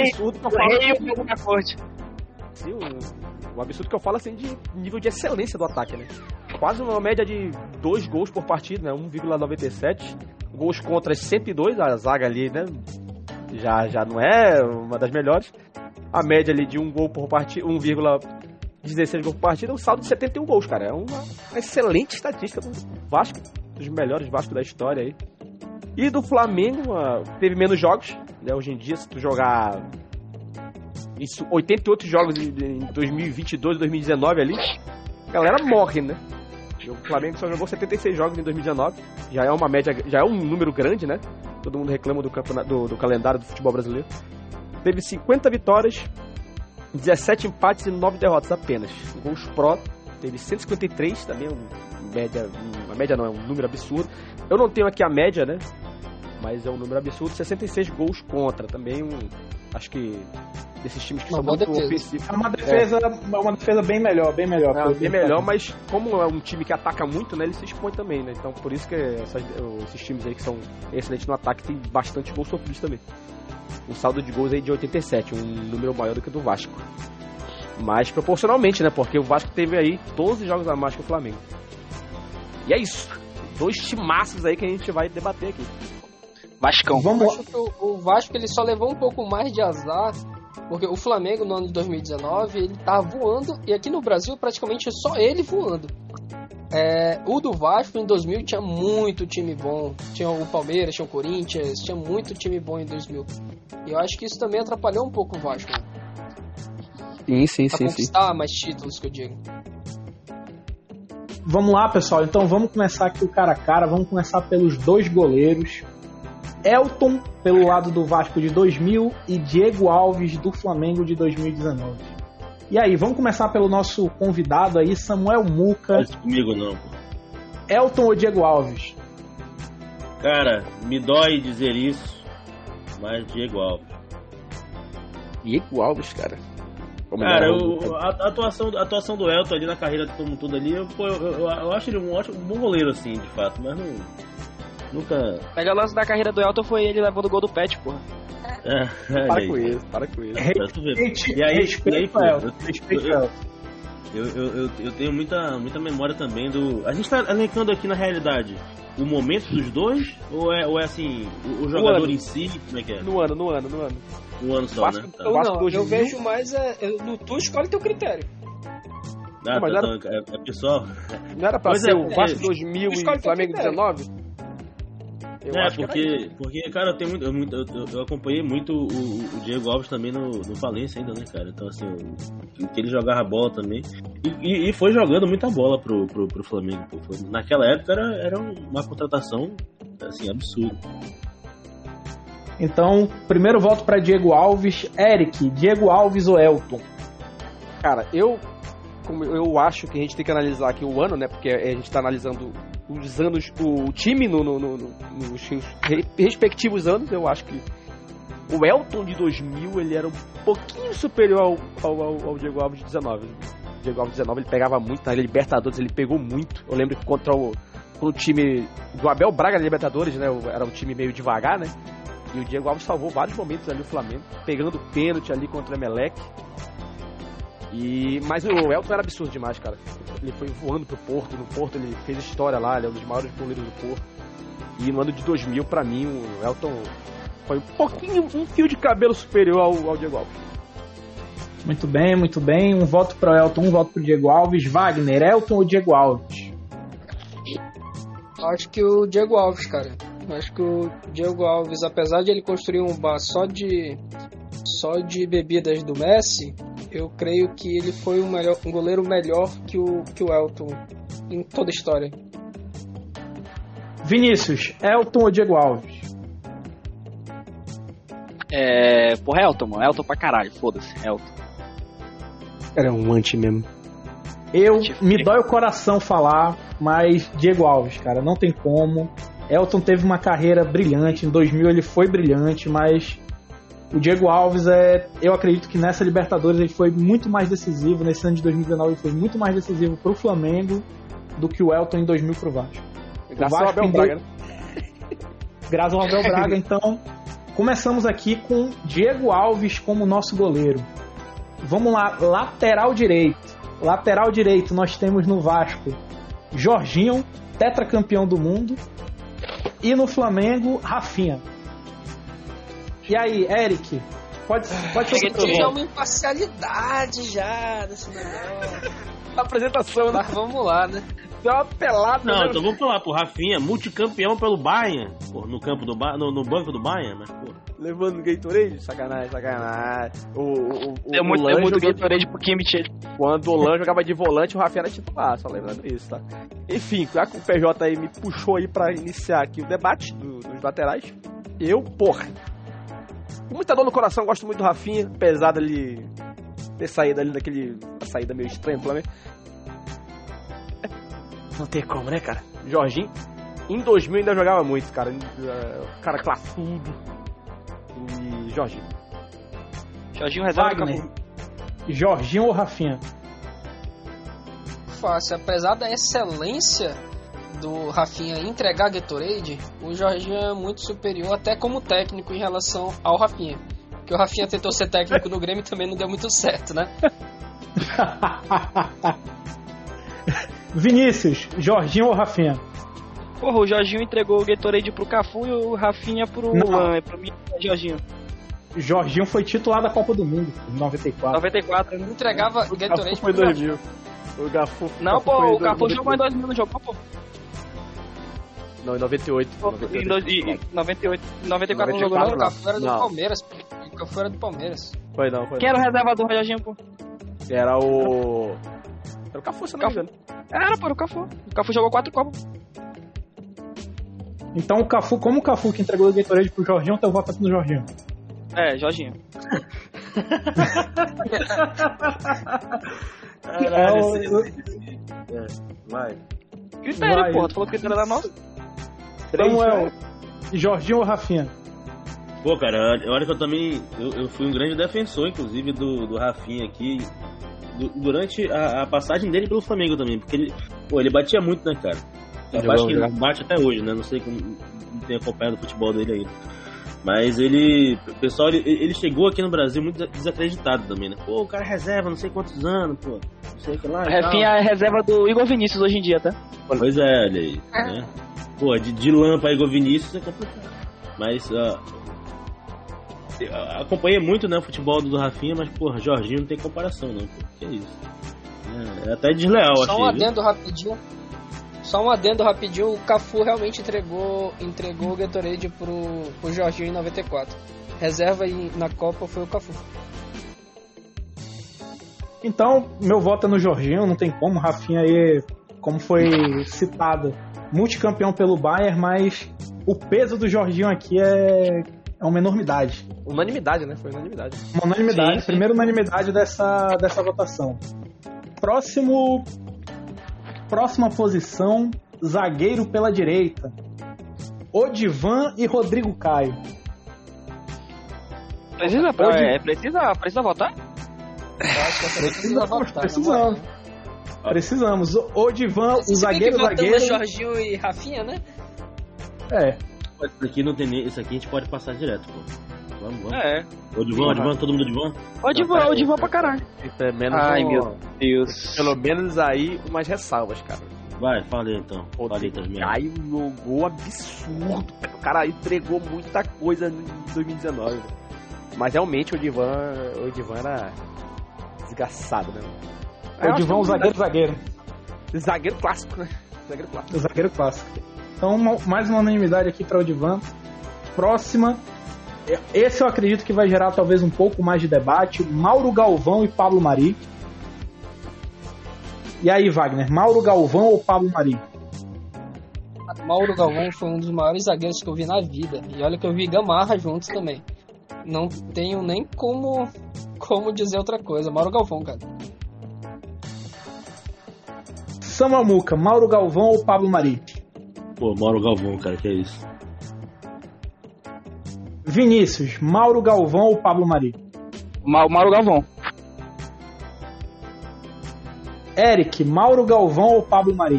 Sim, o absurdo que eu falo assim de nível de excelência do ataque, né? Quase uma média de 2 gols por partida, né? 1,97. Gols contra 102, a zaga ali, né? Já não é uma das melhores. A média ali de 1 gol por partida, 1,16 gols por partida, um saldo de 71 gols, cara. É uma excelente estatística do Vasco, dos melhores Vasco da história aí. E do Flamengo, teve menos jogos, né? Hoje em dia, se tu jogar 88 jogos em 2022, 2019 ali, a galera morre, né? O Flamengo só jogou 76 jogos em 2019, já é uma média, já é um número grande, né? Todo mundo reclama do calendário do futebol brasileiro. Teve 50 vitórias, 17 empates e 9 derrotas apenas. Gols pró, teve 153, também uma média não, é um número absurdo. Eu não tenho aqui a média, né? Mas é um número absurdo, 66 gols contra, também acho que desses times que são muito ofensivos. É uma defesa bem melhor. Bem melhor, mas como é um time que ataca muito, né, ele se expõe também, né? Então por isso que esses times aí que são excelentes no ataque tem bastante gols sofridos também. Um saldo de gols aí de 87, um número maior do que o do Vasco. Mas proporcionalmente, né? Porque o Vasco teve aí 12 jogos a mais que o Flamengo. E é isso. 2 timaços aí que a gente vai debater aqui. Vascão. Vamos. O Vasco ele só levou um pouco mais de azar, porque o Flamengo no ano de 2019 ele tava voando, e aqui no Brasil praticamente só ele voando. O do Vasco em 2000 tinha muito time bom, tinha o Palmeiras, tinha o Corinthians, tinha muito time bom em 2000. E eu acho que isso também atrapalhou um pouco o Vasco. Sim. Pra conquistar mais títulos, que eu digo. Vamos lá, pessoal, então vamos começar aqui o cara a cara, vamos começar pelos 2 goleiros. Elton, pelo lado do Vasco de 2000, e Diego Alves, do Flamengo de 2019. E aí, vamos começar pelo nosso convidado aí, Samuel Muca. Não comigo não, pô. Elton ou Diego Alves? Cara, me dói dizer isso, mas Diego Alves. Diego Alves, cara. Cara, a atuação do Elton ali na carreira como tudo ali, eu acho ele um bom goleiro, assim, de fato, mas nunca... O melhor lance da carreira do Elton foi ele levando o gol do Pet, porra. Para com isso. Respeito ao Elton. Eu tenho muita memória também do... A gente tá elencando aqui na realidade o momento dos dois? Ou é assim, o jogador em si? Como é que é? No ano. Um ano só, Vasco, né? Tá. Eu vejo mais... tu escolhe teu critério. É pessoal. Não era pra ser o Vasco 2000 e o Flamengo 19? Porque, cara, eu acompanhei muito o Diego Alves também no Valência ainda, né, cara? Então, assim, que ele jogava bola também. E foi jogando muita bola pro Flamengo. Pô. Naquela época era uma contratação, assim, absurda. Então, primeiro voto para Diego Alves. Eric, Diego Alves ou Elton? Cara, eu acho que a gente tem que analisar aqui o ano, né? Porque a gente tá analisando os anos, o time nos seus respectivos anos. Eu acho que o Elton de 2000 ele era um pouquinho superior ao Diego Alves de 19. O Diego Alves de 19 ele pegava muito na Libertadores, ele pegou muito. Eu lembro que contra o time do Abel Braga na Libertadores, né? Era um time meio devagar, né? E o Diego Alves salvou vários momentos ali no Flamengo, pegando pênalti ali contra o Emelec. Mas o Elton era absurdo demais, cara. Ele foi voando pro Porto. No Porto ele fez história lá, ele é um dos maiores goleiros do Porto. E no ano de 2000, pra mim, o Elton foi um fio de cabelo superior ao Diego Alves. Muito bem. Um voto pro Elton, um voto pro Diego Alves. Wagner, Elton ou Diego Alves? Acho que o Diego Alves, cara. Acho que o Diego Alves, apesar de ele construir um bar só de bebidas do Messi, eu creio que ele foi um goleiro melhor que o Elton em toda a história. Vinícius, Elton ou Diego Alves? Porra, Elton, mano. Elton pra caralho, foda-se, Elton. Era um anti mesmo. Me dói o coração falar, mas Diego Alves, cara, não tem como. Elton teve uma carreira brilhante, em 2000 ele foi brilhante, mas o Diego Alves eu acredito que nessa Libertadores ele foi muito mais decisivo, nesse ano de 2019 ele foi muito mais decisivo pro Flamengo do que o Elton em 2000 pro Vasco. Graças ao Abel Braga, né? Graças ao Abel Braga, então começamos aqui com Diego Alves como nosso goleiro. Vamos lá, lateral direito nós temos no Vasco Jorginho, tetracampeão do mundo, e no Flamengo Rafinha. E aí, Eric, pode ser que já uma imparcialidade já desse negócio. Apresentação, né? Mas vamos lá, né? deu uma pelada. Não, então vamos falar, pô, Rafinha, multicampeão pelo Bayern, pô, no campo do no banco do Bayern, mas, pô. Levando Gatorade? Sacanagem. É muito Gatorade pro Kimmich. Quando o Lan jogava de volante, o Rafinha era titular, só lembrando isso, tá? Enfim, já que o PJ aí me puxou aí pra iniciar aqui o debate dos laterais, com muita dor no coração, gosto muito do Rafinha, apesar dele ter saído ali daquele... A saída meio estranha, pelo menos. Não tem como, né, cara? Jorginho, em 2000 ainda jogava muito, cara. Cara classudo. E Jorginho. Jorginho reserva. Wagner. Jorginho ou Rafinha? Fácil. Apesar da excelência do Rafinha entregar Gatorade, o Jorginho é muito superior até como técnico em relação ao Rafinha. Porque o Rafinha tentou ser técnico no Grêmio e também não deu muito certo, né? Vinícius, Jorginho ou Rafinha? Porra, o Jorginho entregou o Gatorade pro Cafu e o Rafinha pro Lan. Pra mim é Jorginho. Jorginho foi titular da Copa do Mundo em 94. 94, né? Entregava Gatorade foi 2000. O Gafu. Não, pô, o Cafu jogou em 2000, não jogou, pô. Não, em 98. Em 98. Em 94 não jogou, Não, não. o Cafu era do Palmeiras. O Cafu era do Palmeiras. Foi não. Quem era o reservador do Jorginho, pô? Era o Cafu, se não me engano. Era, pô, o Cafu. O Cafu jogou 4 Copas. Então o Cafu, como o Cafu que entregou o Gatorade pro Jorginho, teu voto no Jorginho. É, Jorginho. Vai. Critério, porra. Tu falou que critério era nosso? Samuel, Jorginho ou Rafinha? Pô, cara, olha que eu também... Eu fui um grande defensor, inclusive, do Rafinha aqui. Durante a passagem dele pelo Flamengo também. Porque ele batia muito, né, cara? Eu acho que ele bate até hoje, né? Não sei como... Não tenho acompanhado o futebol dele ainda. Mas o pessoal, ele chegou aqui no Brasil muito desacreditado também, né? Pô, o cara é reserva, não sei quantos anos, pô. Não sei o que lá. Rafinha é reserva do Igor Vinícius hoje em dia, tá? Pois é, olha aí. Né? Pô, de Lan pra Igor Vinícius é complicado. Mas, acompanhei muito, né, o futebol do Rafinha, mas, porra, Jorginho não tem comparação, não, pô. Que isso? É até desleal, achei. Só um adendo rapidinho, o Cafu realmente entregou o Gatorade pro Jorginho em 94. Reserva na Copa foi o Cafu. Então, meu voto é no Jorginho, não tem como. Rafinha aí, como foi citado, multicampeão pelo Bayern, mas o peso do Jorginho aqui é uma enormidade. Unanimidade, né? Foi unanimidade. Uma unanimidade, sim. Primeira unanimidade dessa votação. Próxima posição, zagueiro pela direita. Odivan e Rodrigo Caio. Precisa votar? Precisamos. Odivan, o zagueiro. Jorginho e Rafinha, né? É. Isso aqui não tem nem. Isso aqui a gente pode passar direto, pô. Vamos. É. Odivan, todo mundo Odivan? Odivan pra caralho. Ai, meu Deus. Pelo menos aí umas ressalvas, cara. Vai, fala aí então. Caio jogou absurdo. O cara entregou muita coisa em 2019. Mas realmente o Odivan era desgraçado, né? Odivan, zagueiro. Zagueiro clássico, né? Zagueiro clássico. Então, mais uma unanimidade aqui para Odivan. Próxima. Esse eu acredito que vai gerar talvez um pouco mais de debate. Mauro Galvão e Pablo Mari. E aí, Wagner, Mauro Galvão ou Pablo Mari? Mauro Galvão foi um dos maiores zagueiros que eu vi na vida. E olha que eu vi Gamarra juntos também. Não tenho nem como dizer outra coisa. Mauro Galvão, cara. Samuel Muca, Mauro Galvão ou Pablo Mari? Pô, Mauro Galvão, cara, que é isso? Vinícius, Mauro Galvão ou Pablo Mari? Mauro Galvão. Eric, Mauro Galvão ou Pablo Mari?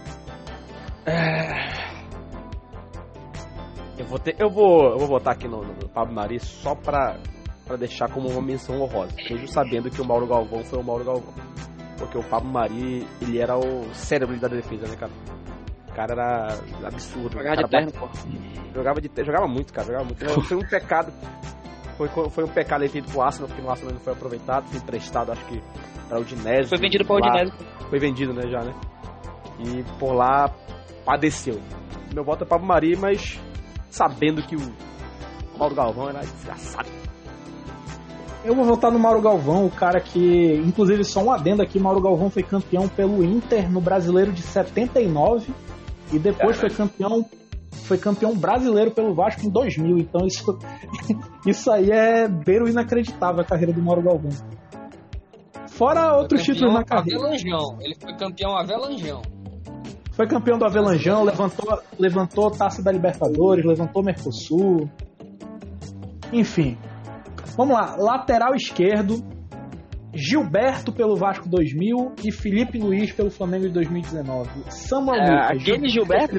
Eu vou votar aqui no Pablo Mari só pra deixar como uma menção honrosa, mesmo sabendo que o Mauro Galvão foi o Mauro Galvão. Porque o Pablo Mari, ele era o cérebro da defesa, né, cara? O cara era absurdo. Jogava de terno, pô. Jogava muito, cara. Foi um pecado. Foi um pecado aí feito pro Arsenal, porque o Arsenal não foi aproveitado. Foi emprestado, acho que, pra Udinese. Foi vendido pra Udinese. Foi vendido, né, já, né? E por lá padeceu. Meu voto é Pablo Mari, mas sabendo que o Mauro Galvão era desgraçado. Eu vou votar no Mauro Galvão, o cara que, inclusive, só um adendo aqui, Mauro Galvão foi campeão pelo Inter no Brasileiro de 79 e depois foi campeão brasileiro pelo Vasco em 2000. Então isso aí é beiro inacreditável, a carreira do Mauro Galvão. Fora outros títulos na carreira. Avelanjão. Ele foi campeão Avelanjão. Foi campeão do Avelanjão, levantou Taça da Libertadores, levantou Mercosul. Enfim. Vamos lá, lateral esquerdo, Gilberto pelo Vasco 2000 e Felipe Luiz pelo Flamengo de 2019. Samuel Lucas. Aquele Gilberto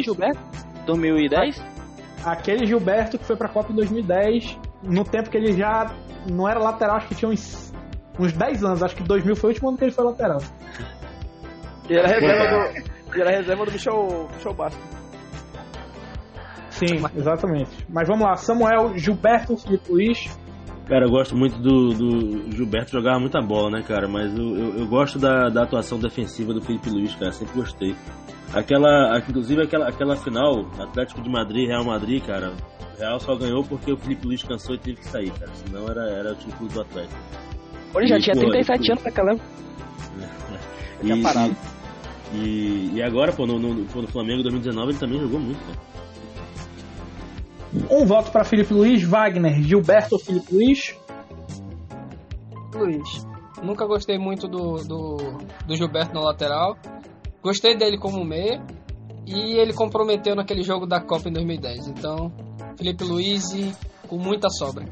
2010? Aquele Gilberto que foi pra Copa em 2010, no tempo que ele já não era lateral, acho que tinha uns 10 anos, acho que 2000 foi o último ano que ele foi lateral. E era reserva do Michel Bastos. Sim, exatamente. Mas vamos lá, Samuel, Gilberto, Felipe Luiz. Cara, eu gosto muito do Gilberto, jogava muita bola, né, cara? Mas eu gosto da atuação defensiva do Felipe Luiz, cara, sempre gostei. Inclusive aquela final, Atlético de Madrid, Real Madrid, cara, o Real só ganhou porque o Felipe Luiz cansou e teve que sair, cara, senão era o título do Atlético. Ele já tinha 37 anos naquela época. Já parado. E agora, pô, no Flamengo 2019 ele também jogou muito, cara. Um voto para Felipe Luiz, Wagner, Gilberto ou Felipe Luiz? Luiz. Nunca gostei muito do Gilberto na lateral. Gostei dele como meia. E ele comprometeu naquele jogo da Copa em 2010. Então, Felipe Luiz e com muita sobra.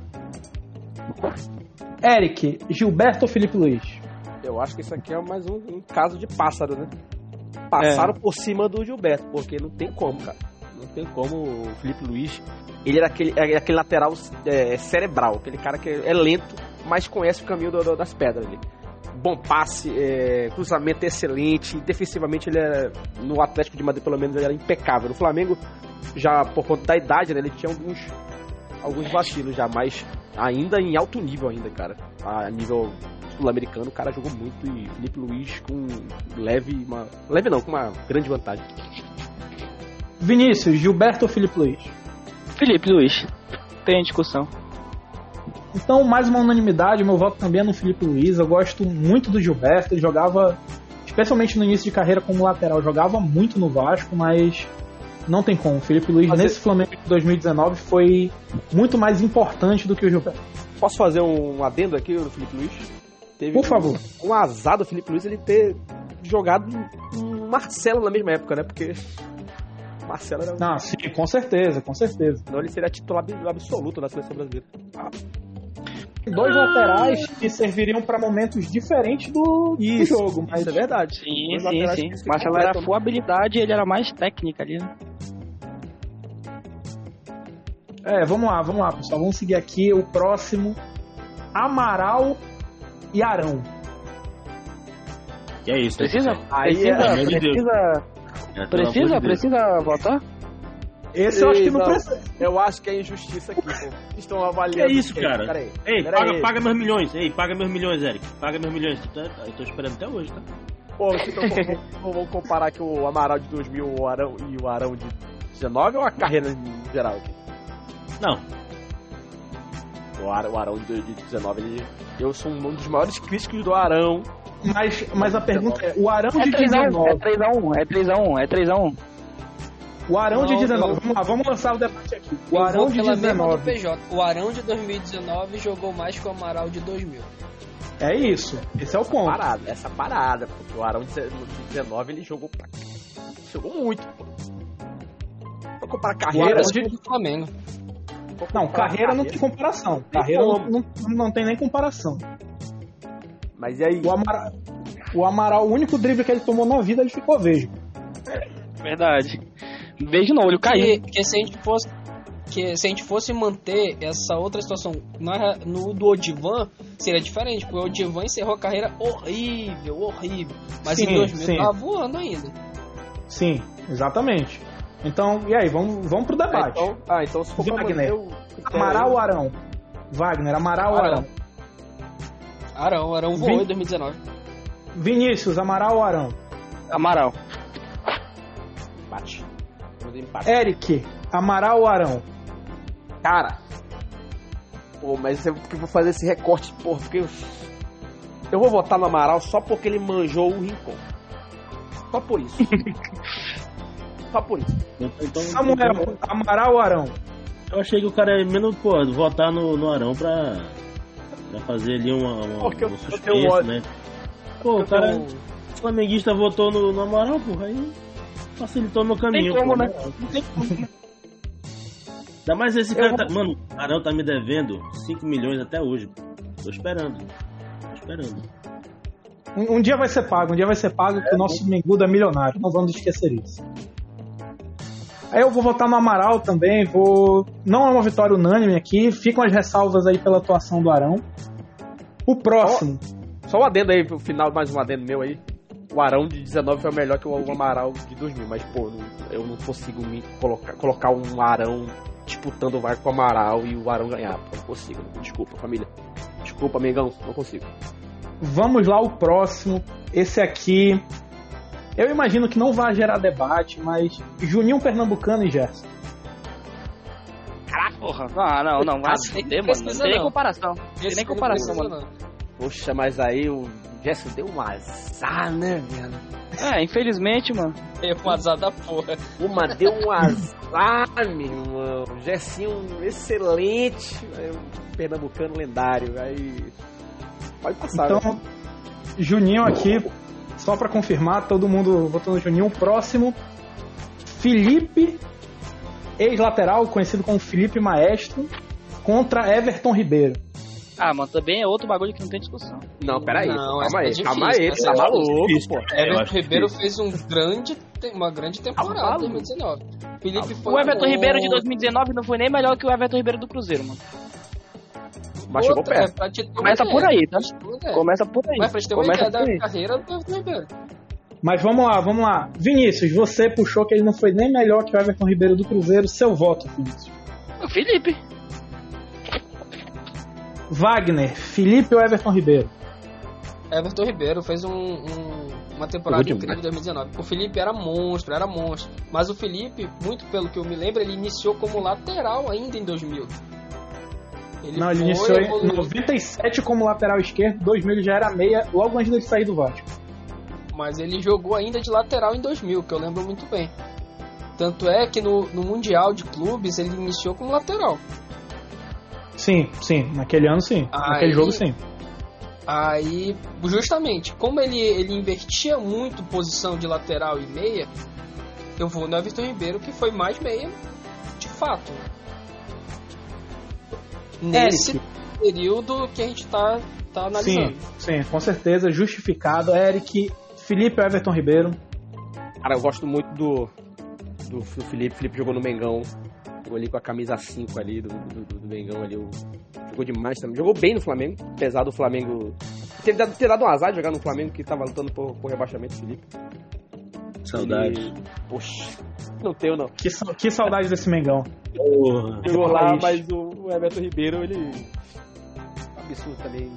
Eric, Gilberto ou Felipe Luiz? Eu acho que isso aqui é mais um caso de pássaro, né? Passaram por cima do Gilberto, porque não tem como, cara. Não tem como o Felipe Luiz. Ele era aquele lateral cerebral, aquele cara que é lento, mas conhece o caminho das pedras ali. Bom passe, cruzamento excelente, defensivamente ele no Atlético de Madrid pelo menos ele era impecável. No Flamengo, já por conta da idade, né, ele tinha alguns vacilos já, mas ainda em alto nível ainda, cara. A nível sul-americano, o cara jogou muito e Felipe Luiz com com uma grande vantagem. Vinícius, Gilberto ou Felipe Luiz? Felipe Luiz. Tem discussão. Então, mais uma unanimidade, meu voto também é no Felipe Luiz. Eu gosto muito do Gilberto, ele jogava, especialmente no início de carreira como lateral, jogava muito no Vasco, mas não tem como. O Felipe Luiz nesse Flamengo de 2019 foi muito mais importante do que o Gilberto. Posso fazer um adendo aqui no Felipe Luiz? Por favor. Um azar do Felipe Luiz ele ter jogado um Marcelo na mesma época, né? Porque Marcelo era... sim, com certeza. Senão ele seria titular absoluto da seleção brasileira. Dois laterais que serviriam para momentos diferentes do jogo. Mas isso é verdade. Sim. Marcelo era full habilidade e ele era mais técnica ali, né? Vamos lá, pessoal. Vamos seguir aqui o próximo. Amaral e Arão. Que é isso? Precisa votar? Esse eu acho que não precisa. Eu acho que é injustiça aqui, pô. Estão avaliando. Que é isso, cara? Peraí. Paga meus milhões. Paga meus milhões, Eric. Paga meus milhões. Eu tô esperando até hoje, tá? Pô, então vamos comparar aqui o Amaral de 2000 e o Arão de 19 ou a carreira em geral aqui? Não. O Arão de 19, eu sou um dos maiores críticos do Arão. Mas a pergunta é, o Arão de 19... É 3x1. O Arão de 19... Vamos lançar o debate aqui. O Arão de 19... O Arão de 2019 jogou mais que o Amaral de 2000. É isso. Esse é o ponto. Essa parada. Porque o Arão de 19, ele jogou muito, pô. Pra comparar carreira... do Flamengo. Não, carreira não tem comparação. Carreira não tem nem comparação. Mas e aí? O Amaral, o único drible que ele tomou na vida, ele ficou vejo. Verdade. Vejo no olho caiu. Que se a gente fosse manter essa outra situação no do Odivan, seria diferente, porque o Odivan encerrou a carreira horrível. Mas em 2000 tava voando ainda. Sim, exatamente. Então, e aí, vamos pro debate. Então se for Wagner, Amaral ou Arão? Wagner, Amaral ou Arão? Arão voou em 2019. Vinícius, Amaral ou Arão? Amaral. empate. Eric, Amaral ou Arão? Cara, pô, mas eu vou fazer esse recorte, porra, porque eu vou votar no Amaral só porque ele manjou o Rincon. Só por isso. Só por isso. Então, Samuel, Amaral ou Arão? eu achei que o cara é menos, pô, votar no Arão pra fazer ali Porque eu suspense, tenho ódio. né? Pô, o cara, o flamenguista votou no Amaral, porra, aí facilitou meu caminho. Tem como, pô, né? Não tem como. Ainda mais esse cara tá... Mano, o Arão tá me devendo 5 milhões até hoje. Tô esperando. Um dia vai ser pago, que o nosso Mengudo é milionário. Não vamos esquecer isso. Aí eu vou votar no Amaral também. Não é uma vitória unânime aqui. Ficam as ressalvas aí pela atuação do Arão. O próximo. Só um adendo aí pro final, mais um adendo meu aí. O Arão de 19 foi melhor que o Amaral de 2000, mas pô, eu não consigo me colocar um Arão disputando o VAR com o Amaral e o Arão ganhar. Pô, não consigo. Desculpa, família. Desculpa, Mengão, não consigo. Vamos lá, o próximo. Esse aqui, eu imagino que não vai gerar debate, mas Juninho Pernambucano e Gerson. Caraca, porra. Não. Vai se fuder, mano. Não tem nem comparação. Não tem nem comparação, mano. Poxa, mas aí o Gerson deu um azar, né, velho? Infelizmente, mano. É um azar da porra. Deu um azar, meu irmão. Gersinho excelente. Aí, um pernambucano lendário. Aí pode passar. Então, né? Juninho aqui, só pra confirmar, todo mundo votou no Juninho. O próximo, Felipe, ex-lateral, conhecido como Felipe Maestro, contra Everton Ribeiro. Mano, também é outro bagulho que não tem discussão. Não, peraí. Não, Calma aí, difícil, calma aí. Tá maluco, pô. Everton Ribeiro fez uma grande temporada em 2019. Felipe foi O Everton Ribeiro de 2019 não foi nem melhor que o Everton Ribeiro do Cruzeiro, mano. Mas chegou perto. Começa por aí, tá? Começa por aí. Mas pra gente ter uma ideia da carreira do Everton Ribeiro. Mas vamos lá. Vinícius, você puxou que ele não foi nem melhor que o Everton Ribeiro do Cruzeiro. Seu voto, Vinícius. O Felipe. Wagner, Felipe ou Everton Ribeiro? Everton Ribeiro fez uma temporada incrível em 2019. O Felipe era monstro. Mas o Felipe, muito pelo que eu me lembro, ele iniciou como lateral ainda em 2000. Ele iniciou em 97 como lateral esquerdo, 2000 ele já era meia, logo antes de sair do Vasco. Mas ele jogou ainda de lateral em 2000, que eu lembro muito bem. Tanto é que no Mundial de Clubes ele iniciou como lateral. Sim, naquele ano sim, naquele jogo sim. Aí, justamente, como ele invertia muito posição de lateral e meia, eu vou no Everton Ribeiro, que foi mais meia, de fato. Nesse período que a gente tá analisando. Sim, com certeza, justificado. Eric, Felipe ou Everton Ribeiro? Cara, eu gosto muito do Felipe. Felipe jogou no Mengão. Jogou ali com a camisa 5 ali do Mengão ali. Jogou demais também. Jogou bem no Flamengo. Apesar do Flamengo ter dado um azar de jogar no Flamengo, que tava lutando por rebaixamento, Felipe. Saudade. Poxa, não tenho não. Que saudade desse Mengão. Porra. Jogou lá, mas o Everton Ribeiro, ele... absurdo também.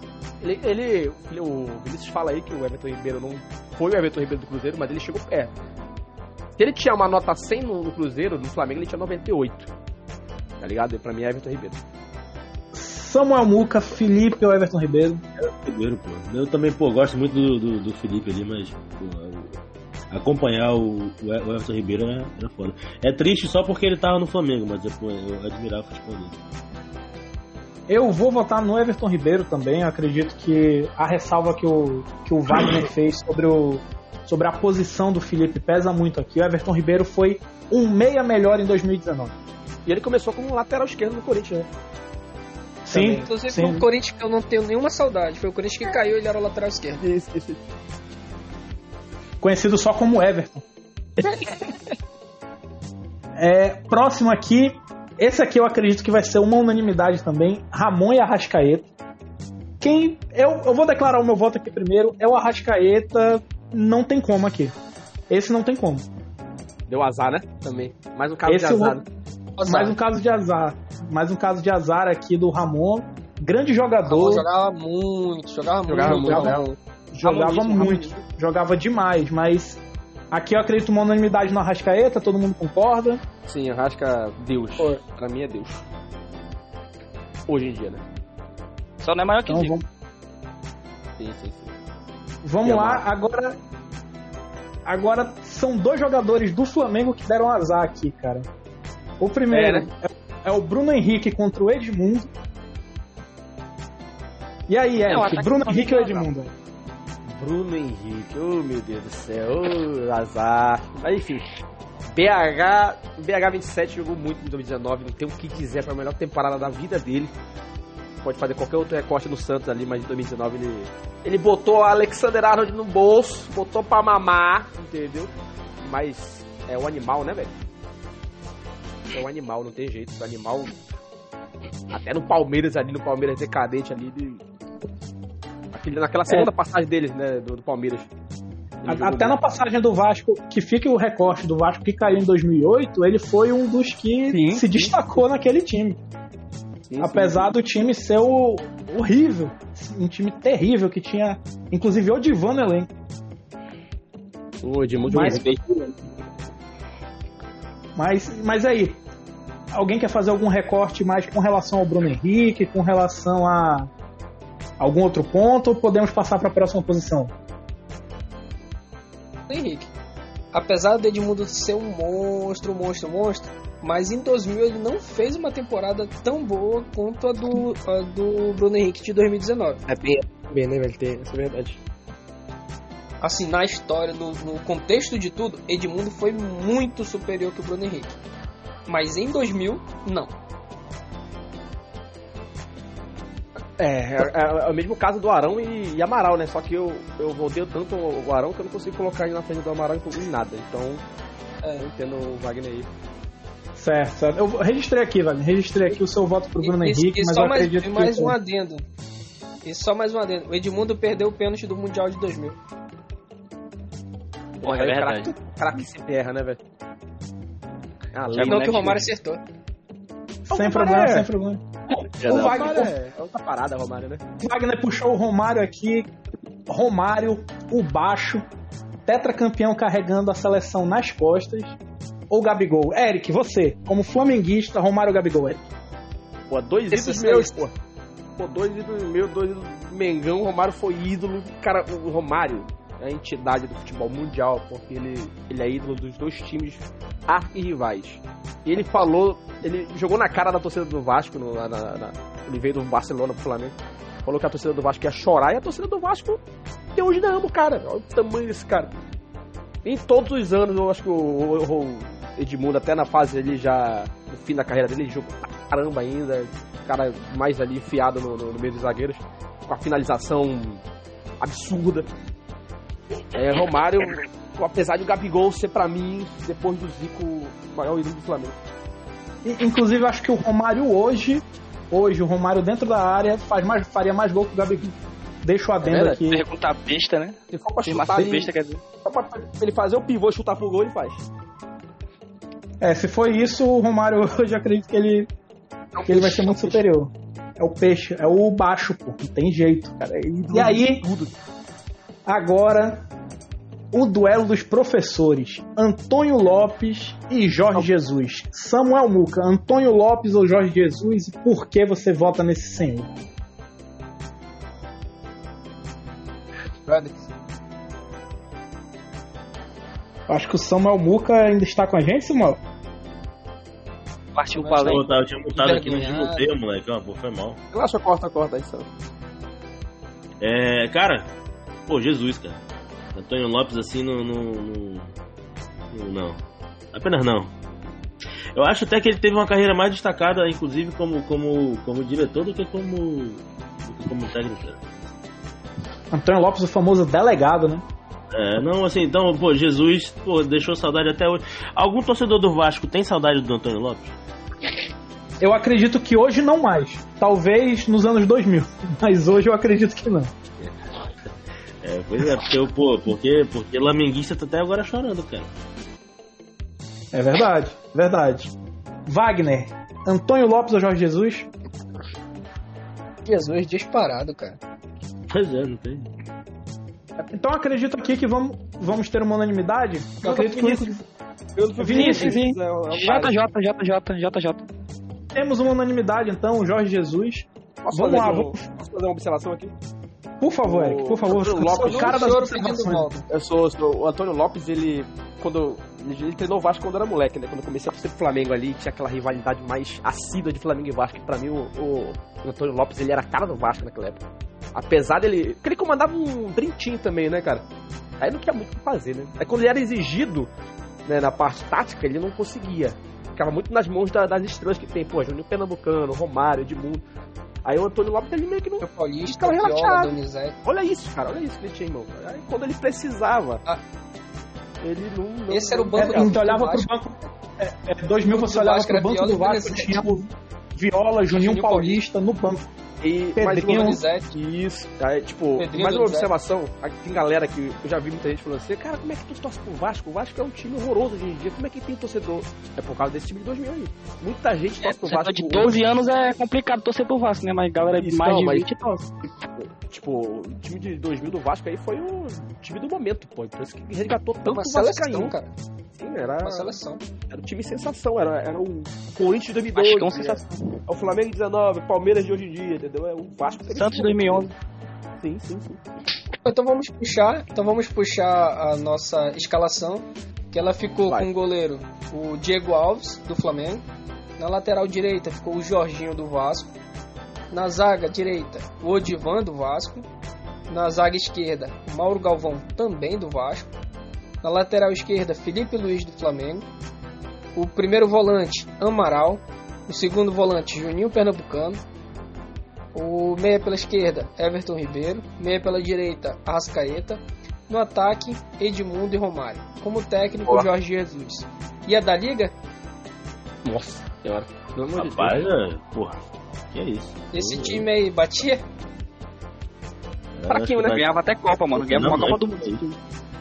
O Vinícius fala aí que o Everton Ribeiro não foi o Everton Ribeiro do Cruzeiro, mas ele chegou perto. Se ele tinha uma nota 100 no Cruzeiro, no Flamengo ele tinha 98. Tá ligado? Pra mim é Everton Ribeiro. Samuel Muca, Felipe ou Everton Ribeiro? Ribeiro, pô. Eu também, gosto muito do Felipe ali, mas, acompanhar o Everton Ribeiro era foda. É triste só porque ele tava no Flamengo, mas eu admirava o futebol dele. Eu vou votar no Everton Ribeiro também. Eu acredito que a ressalva que o Wagner fez sobre a posição do Felipe pesa muito aqui. O Everton Ribeiro foi um meia melhor em 2019. E ele começou como lateral esquerdo no Corinthians, né? Sim. Inclusive o Corinthians, que eu não tenho nenhuma saudade. Foi o Corinthians que caiu e ele era o lateral esquerdo. Isso. Conhecido só como Everton. Próximo aqui. Esse aqui eu acredito que vai ser uma unanimidade também. Ramon e Arrascaeta. Eu vou declarar o meu voto aqui primeiro. É o Arrascaeta. Não tem como aqui. Esse não tem como. Deu azar, né? Também. Mais um caso de azar. Mais um caso de azar aqui do Ramon. Grande jogador. Jogava muito. Jogava muito. Jogava demais, mas Aqui eu acredito uma unanimidade na Arrascaeta, todo mundo concorda? Sim, Arrasca, Deus. Pra mim é Deus. Hoje em dia, né? Só não é maior que Então Zico. Sim. Vamos lá, agora são 2 jogadores do Flamengo que deram azar aqui, cara. O primeiro é o Bruno Henrique contra o Edmundo. E aí, Eric, Bruno Henrique ou Edmundo? Bruno Henrique, oh meu Deus do céu, oh, azar. Mas enfim, BH 27 jogou muito em 2019, não tem o que dizer, foi a melhor temporada da vida dele. Pode fazer qualquer outro recorte no Santos ali, mas em 2019 ele botou a Alexander Arnold no bolso, botou pra mamar, entendeu? Mas é o animal, né, velho? É o animal, não tem jeito. O animal, até no Palmeiras decadente ali, naquela segunda passagem deles, né, do Palmeiras. Até na passagem do Vasco, que fica o recorte do Vasco que caiu em 2008, ele foi um dos que se destacou naquele time. Apesar do time ser horrível, um time terrível que tinha, inclusive, o Odivan no elenco. O Edmundo mas aí, alguém quer fazer algum recorte mais com relação ao Bruno Henrique, com relação a algum outro ponto, ou podemos passar para a próxima posição? Henrique. Apesar do Edmundo ser um monstro, mas em 2000 ele não fez uma temporada tão boa quanto a do Bruno Henrique de 2019. É bem, né, velho? Isso é verdade. Assim, na história, no contexto de tudo, Edmundo foi muito superior que o Bruno Henrique. Mas em 2000, não. É o mesmo caso do Arão e Amaral, né? Só que eu odeio tanto o Arão que eu não consigo colocar ele na frente do Amaral em nada. Então, eu entendo o Wagner aí. Certo. Eu registrei aqui, Wagner. Registrei aqui o seu voto pro Bruno Henrique, mas eu acredito que... um adendo. E só mais um adendo. O Edmundo perdeu o pênalti do Mundial de 2000. Pô, é verdade. Cara que se erra, né, velho? Não que o Romário acertou. Sem problema. O Wagner é outra parada, Romário, né? O Wagner puxou o Romário aqui. Romário, o baixo, tetracampeão carregando a seleção nas costas. Ou Gabigol? Eric, você, como flamenguista, Romário ou Gabigol, Eric? Pô, 2 ídolos meus, pô. Pô, 2 ídolos meus, 2 ídolos do Mengão. O Romário foi ídolo. Cara, o Romário é a entidade do futebol mundial, porque ele é ídolo dos 2 times arquirrivais. E ele falou, ele jogou na cara da torcida do Vasco, ele veio do Barcelona pro Flamengo, falou que a torcida do Vasco ia chorar, e a torcida do Vasco até hoje não ama o cara. Olha o tamanho desse cara. Em todos os anos, eu acho que o Edmundo, até na fase ali já, no fim da carreira dele, ele jogou pra caramba ainda, o cara mais ali enfiado no meio dos zagueiros, com a finalização absurda. Romário, apesar de o Gabigol ser pra mim, depois do Zico, o maior ídolo do Flamengo. Inclusive, acho que o Romário hoje o Romário dentro da área faria mais gol que o Gabigol. Deixa o adendo aqui. Pergunta besta, né? Se for pra chutar besta, quer dizer. Só pra ele fazer o pivô e chutar pro gol, ele faz. Se for isso, o Romário hoje acredito que ele vai ser muito superior. É o peixe, é o baixo, pô. Não tem jeito, cara. E aí, agora, o duelo dos professores. Antônio Lopes e Jorge Jesus. Samuel Muca, Antônio Lopes ou Jorge Jesus? E por que você vota nesse senhor? Acho que o Samuel Muca ainda está com a gente, Samuel? Partiu o palém. Eu tinha mutado aqui, não te mutei, moleque. Pô, foi mal. Relaxa, corta aí, Sam. Cara, pô, Jesus, cara. Antônio Lopes assim não. Apenas não. Eu acho até que ele teve uma carreira mais destacada, inclusive como diretor, do que como técnico. Antônio Lopes, o famoso delegado, né? Não, assim, então, pô, Jesus, pô, deixou saudade até hoje. Algum torcedor do Vasco tem saudade do Antônio Lopes? Eu acredito que hoje não mais. Talvez nos anos 2000. Mas hoje eu acredito que não. Pois é, porque lamenguista tá até agora chorando, cara. É verdade. Wagner, Antônio Lopes ou Jorge Jesus? Jesus disparado, cara. Pois é, não tem. Então acredito aqui que vamos vamos ter uma unanimidade? Eu acredito que Vinícius. JJ. Temos uma unanimidade, então, o Jorge Jesus. Vamos lá, Posso fazer uma observação aqui? Por favor, Eric, por favor. Lopes, o cara das Choro pedindo observações. volta. Eu sou o Antônio Lopes, ele treinou o Vasco quando era moleque, né? Quando eu comecei a torcer pro Flamengo ali, tinha aquela rivalidade mais assídua de Flamengo e Vasco, que pra mim o Antônio Lopes, ele era a cara do Vasco naquela época. Apesar dele... Porque ele comandava um Dream Team também, né, cara? Aí não tinha muito o que fazer, né? Aí quando ele era exigido, né, na parte tática, ele não conseguia. Ficava muito nas mãos das estrelas que tem. Pô, Juninho Pernambucano, Romário, Edmundo. Aí o Antônio Lopes, ele meio que não... O Paulista, ficava Viola, relaxado. Donizete. Olha isso, cara, olha isso que ele tinha, irmão. Aí quando ele precisava, ele não... Esse era o banco Então do olhava Vasco. pro banco. 2000 você do olhava Vasco pro era banco Viola do e Vasco, Donizete. tinha o Viola, Juninho Juninho Paulista no banco. E Pedrinho. Donizete. Isso, aí, tipo, Pedrinho mais uma Donizete. observação, tem galera que eu já vi muita gente falando assim, cara, como é que tu torce pro Vasco? O Vasco é um time horroroso hoje em dia, como é que tem torcedor? É por causa desse time de 2000 aí. Muita gente torce pro Vasco. De 12 anos é complicado torcer pro Vasco, né? Mas galera de Isso, mais não, de mas- 20 torce. Tipo, o time de 2000 do Vasco aí foi o time do momento, pô. Por isso que resgatou tanto Uma o seleção, Vascaíno. cara. Sim, era Uma seleção. o time sensação, era o Corinthians de 2012. Vascão sensação. É o Flamengo de 19, Palmeiras de hoje em dia, entendeu? É o Vasco. Santos de 2011. Sim. Então vamos puxar a nossa escalação, que ela ficou Vai. com o goleiro o Diego Alves, do Flamengo. Na lateral direita ficou o Jorginho, do Vasco. Na zaga direita, o Odivan, do Vasco. Na zaga esquerda, o Mauro Galvão, também do Vasco. Na lateral esquerda, Felipe Luiz, do Flamengo. O primeiro volante, Amaral. O segundo volante, Juninho Pernambucano. O meia pela esquerda, Everton Ribeiro. Meia pela direita, Arrascaeta. No ataque, Edmundo e Romário. Como técnico, Boa. Jorge Jesus. E a da Liga? Nossa senhora. Pelo amor de Deus. Rapaz, porra, que é isso? Esse time aí batia? Fraquinho, né? Ganhava até Copa, mano. Ganhava uma Copa do Mundo.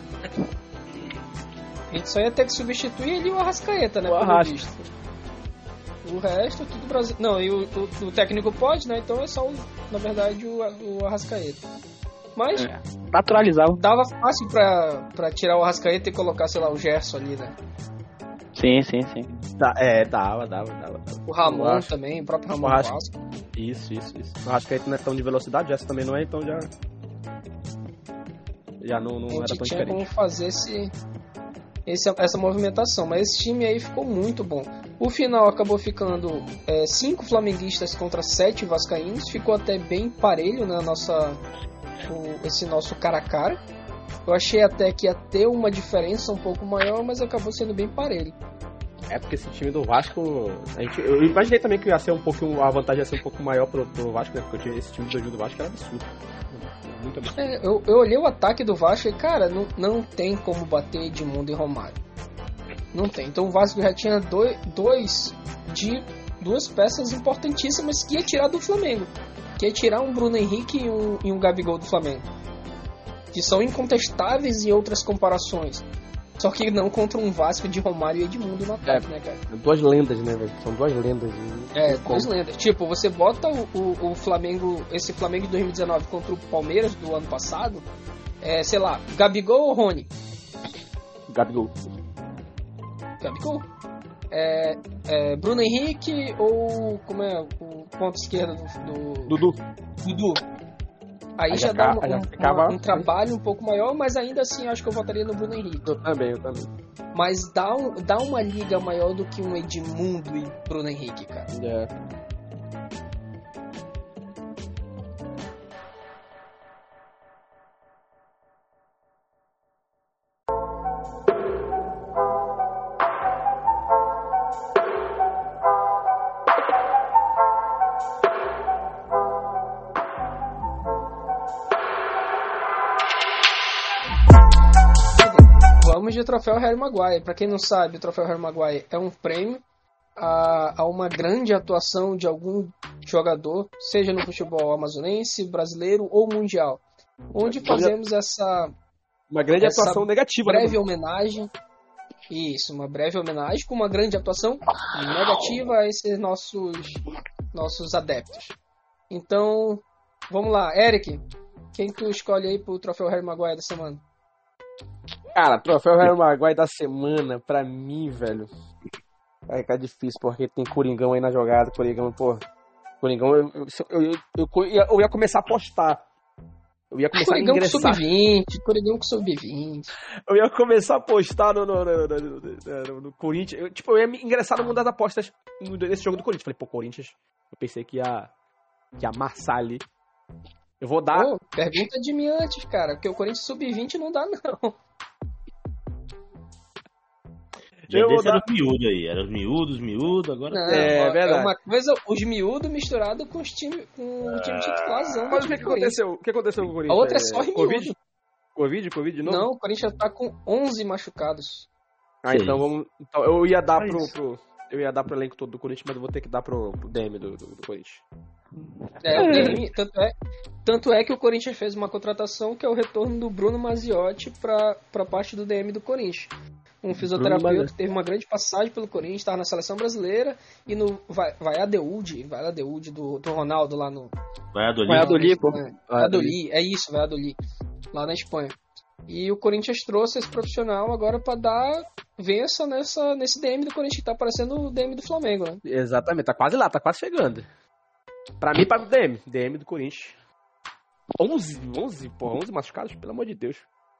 A gente só ia ter que substituir ali o Arrascaeta, né? O pelo Arrasca. visto. O resto, tudo Brasil. Não, e o técnico pode, né? Então é só, na verdade, o Arrascaeta. Mas Naturalizava. dava fácil pra tirar o Arrascaeta e colocar, sei lá, o Gerson ali, né? Sim. Dava. O Ramon Eu acho. também, o próprio Ramon O Arrasca. Vasco. Isso. O Arrascaeta não é tão de velocidade, essa também não é, então já não A era gente tão tinha como diferente. fazer essa movimentação, mas esse time aí ficou muito bom. O final acabou ficando 5 flamenguistas contra 7 vascaínos, ficou até bem parelho, né, esse nosso cara a cara. Eu achei até que ia ter uma diferença um pouco maior, mas acabou sendo bem parelho. É porque esse time do Vasco, eu imaginei também que ia ser a vantagem ia ser um pouco maior pro Vasco, né? Porque esse time do 2000 do Vasco era absurdo. Muito absurdo. Eu olhei o ataque do Vasco e, cara, não tem como bater Edmundo e Romário. Não tem. Então o Vasco já tinha duas peças importantíssimas que ia tirar do Flamengo. Que ia tirar um Bruno Henrique e um Gabigol do Flamengo. Que são incontestáveis em outras comparações. Só que não contra um Vasco de Romário e Edmundo no ataque, né, cara? Duas lendas, né, velho? São duas lendas. Duas lendas. Tipo, você bota o Flamengo, esse Flamengo de 2019 contra o Palmeiras do ano passado, sei lá, Gabigol ou Rony? Gabigol. Gabigol. Bruno Henrique ou como é o ponto esquerdo do Dudu. Aí Aí já já dá ficava- um trabalho um pouco maior, mas ainda assim eu acho que eu votaria no Bruno Henrique. Eu também. Mas dá uma liga maior do que um Edmundo e Bruno Henrique, cara. É. Vamos de troféu Harry Maguire. Pra quem não sabe, o troféu Harry Maguire é um prêmio a uma grande atuação de algum jogador, seja no futebol amazonense, brasileiro ou mundial. Onde fazemos essa Uma grande Essa atuação negativa, breve né? homenagem. Isso, uma breve homenagem com uma grande atuação negativa a esses nossos adeptos. Então, vamos lá. Eric, quem tu escolhe aí pro troféu Harry Maguire da semana? Cara, troféu Harry Maguire da semana, pra mim, velho. Vai ficar difícil, porque tem Coringão aí na jogada. Coringão, eu ia começar a apostar. Eu ia começar Coringão a ingressar. com sub-20, Coringão com sub-20. Eu ia começar a apostar no Corinthians. Eu ia me ingressar no mundo das apostas nesse jogo do Corinthians. Falei, pô, Corinthians. Eu pensei que ia amassar ali. Eu vou dar. Pô, pergunta de mim antes, cara. Porque o Corinthians sub-20 não dá, não. Já desse era os miúdos aí. Era os miúdos, agora... Não, é verdade. É uma coisa, os miúdos misturados com os time titularzão. Mas o que aconteceu? O que aconteceu com o Corinthians? A outra é só miúdo. Covid de novo? Não, o Corinthians tá com 11 machucados. Ah, então vamos... Então, eu ia dar pro elenco todo do Corinthians, mas eu vou ter que dar pro DM do Corinthians. O DM, tanto é que o Corinthians fez uma contratação que é o retorno do Bruno Maziotti pra parte do DM do Corinthians. Um fisioterapeuta que teve uma grande passagem pelo Corinthians, estava na seleção brasileira e no Valladolid do Ronaldo lá no... Valladolid, pô. Valladolid, é isso, Valladolid, lá na Espanha. E o Corinthians trouxe esse profissional agora para dar vença nesse DM do Corinthians, que tá parecendo o DM do Flamengo, né? Exatamente, tá quase lá, tá quase chegando. Pra mim, para o DM do Corinthians. 11 machucados, pelo amor de Deus.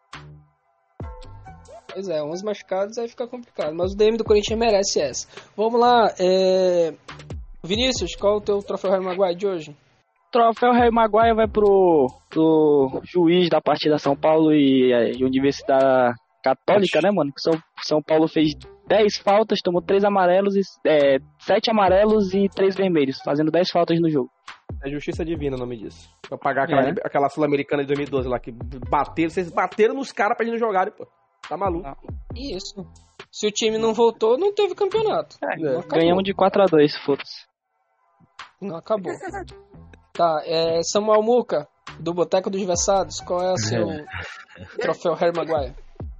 Pois é, 11 machucados aí fica complicado, mas o DM do Corinthians merece essa. Vamos lá, Vinícius, qual é o teu troféu Harry Maguire de hoje? Troféu Harry Maguire vai pro juiz da partida São Paulo e Universidade Católica, né, mano? São Paulo fez 10 faltas, tomou 3 amarelos, 7 amarelos e 3 vermelhos, fazendo 10 faltas no jogo. É justiça divina o nome disso. Pra pagar aquela Sul-Americana de 2012 lá, que vocês bateram nos caras pra eles não jogarem, pô. Tá maluco. Isso. Se o time não voltou, não teve campeonato. Ganhamos de 4-2, foda-se. Não acabou. Tá, Samuel Muca, do Boteco dos Versados, qual é o seu troféu Harry Maguire?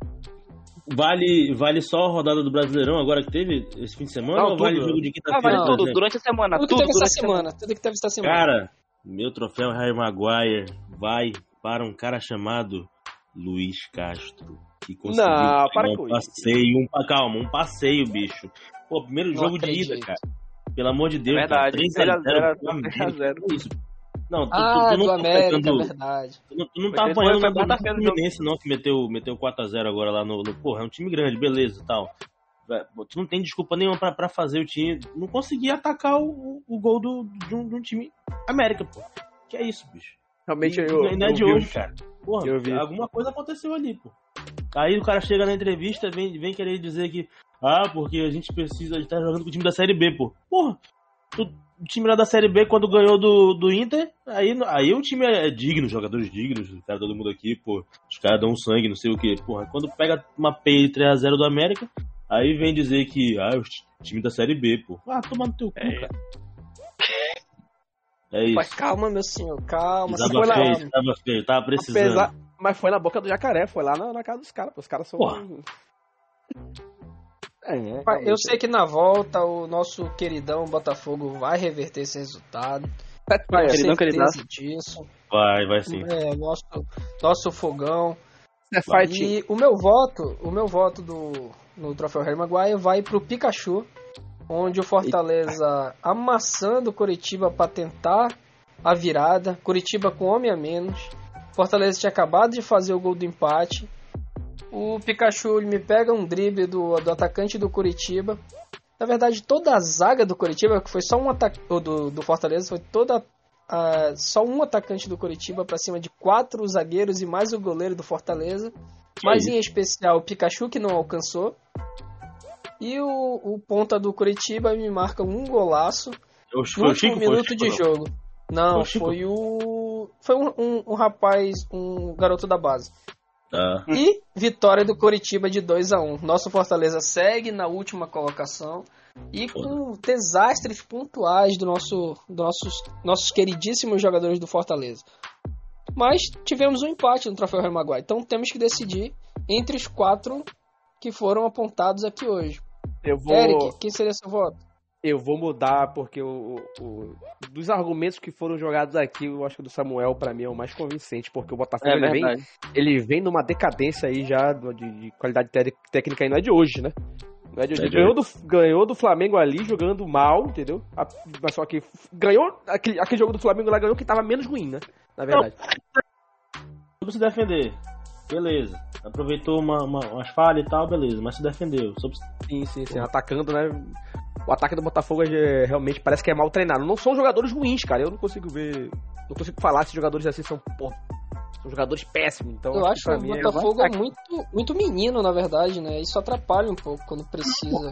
Vale só a rodada do Brasileirão agora que teve esse fim de semana? Não, ou vale o jogo de quinta-feira? Vale tudo, durante a semana. Tudo que teve essa semana. Cara, meu troféu Harry Maguire vai para um cara chamado Luiz Castro. Que conseguiu um passeio, bicho. Pô, primeiro jogo de ida, cara. Pelo amor de Deus, verdade, 3-0. Isso. Não, tu não do tá América, pegando, verdade. Tu não tá apanhando nada do Fluminense, não, que meteu 4-0 agora lá no... Porra, é um time grande, beleza e tal. Tu não tem desculpa nenhuma pra fazer o time... Não conseguir atacar o gol de um time América, pô. Que é isso, bicho. Realmente não é de hoje, cara. Porra, alguma coisa aconteceu ali, pô. Aí o cara chega na entrevista, vem querer dizer que porque a gente tá jogando com o time da Série B, pô. Porra, o time lá da Série B, quando ganhou do Inter, aí o time é digno, jogadores dignos, cara, todo mundo aqui, pô, os caras dão sangue, não sei o que. Porra, quando pega uma P 3-0 do América, aí vem dizer que, o time da Série B, pô. Toma no teu cu, cara. É isso. Mas calma, meu senhor, calma. Tava feio, tava precisando. Mas foi na boca do jacaré, foi lá na casa dos caras, os caras são... Eu sei que na volta o nosso queridão Botafogo vai reverter esse resultado. Queridão. Disso. Vai sim. Nosso fogão. E o meu voto no troféu Harry Maguire vai pro Pikachu, onde o Fortaleza amassando o Coritiba para tentar a virada. Coritiba com homem a menos. Fortaleza tinha acabado de fazer o gol do empate. O Pikachu me pega um drible do atacante do Coritiba. Na verdade, toda a zaga do Coritiba, que foi só um do Fortaleza, foi só um atacante do Coritiba para cima de 4 zagueiros e mais o goleiro do Fortaleza. Mas em especial o Pikachu, que não alcançou. E o ponta do Coritiba me marca um golaço no último minuto de jogo. Não, foi um rapaz, um garoto da base. E vitória do Coritiba de 2-1. Nosso Fortaleza segue na última colocação e com desastres pontuais dos nossos queridíssimos jogadores do Fortaleza. Mas tivemos um empate no troféu Harry Maguire, então temos que decidir entre os 4 que foram apontados aqui hoje. Eric, quem seria seu voto? Eu vou mudar porque dos argumentos que foram jogados aqui, eu acho que o do Samuel, pra mim, é o mais convincente, porque o Botafogo ele vem numa decadência aí já de qualidade técnica aí, não é de hoje, né? Não é de hoje. Ganhou do Flamengo ali, jogando mal, entendeu? Mas só que ganhou, aquele jogo do Flamengo lá ganhou que tava menos ruim, né? Na verdade. Soube se defender, beleza. Aproveitou umas falhas e tal, beleza, mas se defendeu. Sim, atacando, né? O ataque do Botafogo realmente parece que é mal treinado. Não são jogadores ruins, cara. Eu não consigo ver. Não consigo falar se jogadores assim são jogadores péssimos. Então, eu acho que o Botafogo é muito menino, na verdade, né? Isso atrapalha um pouco quando precisa.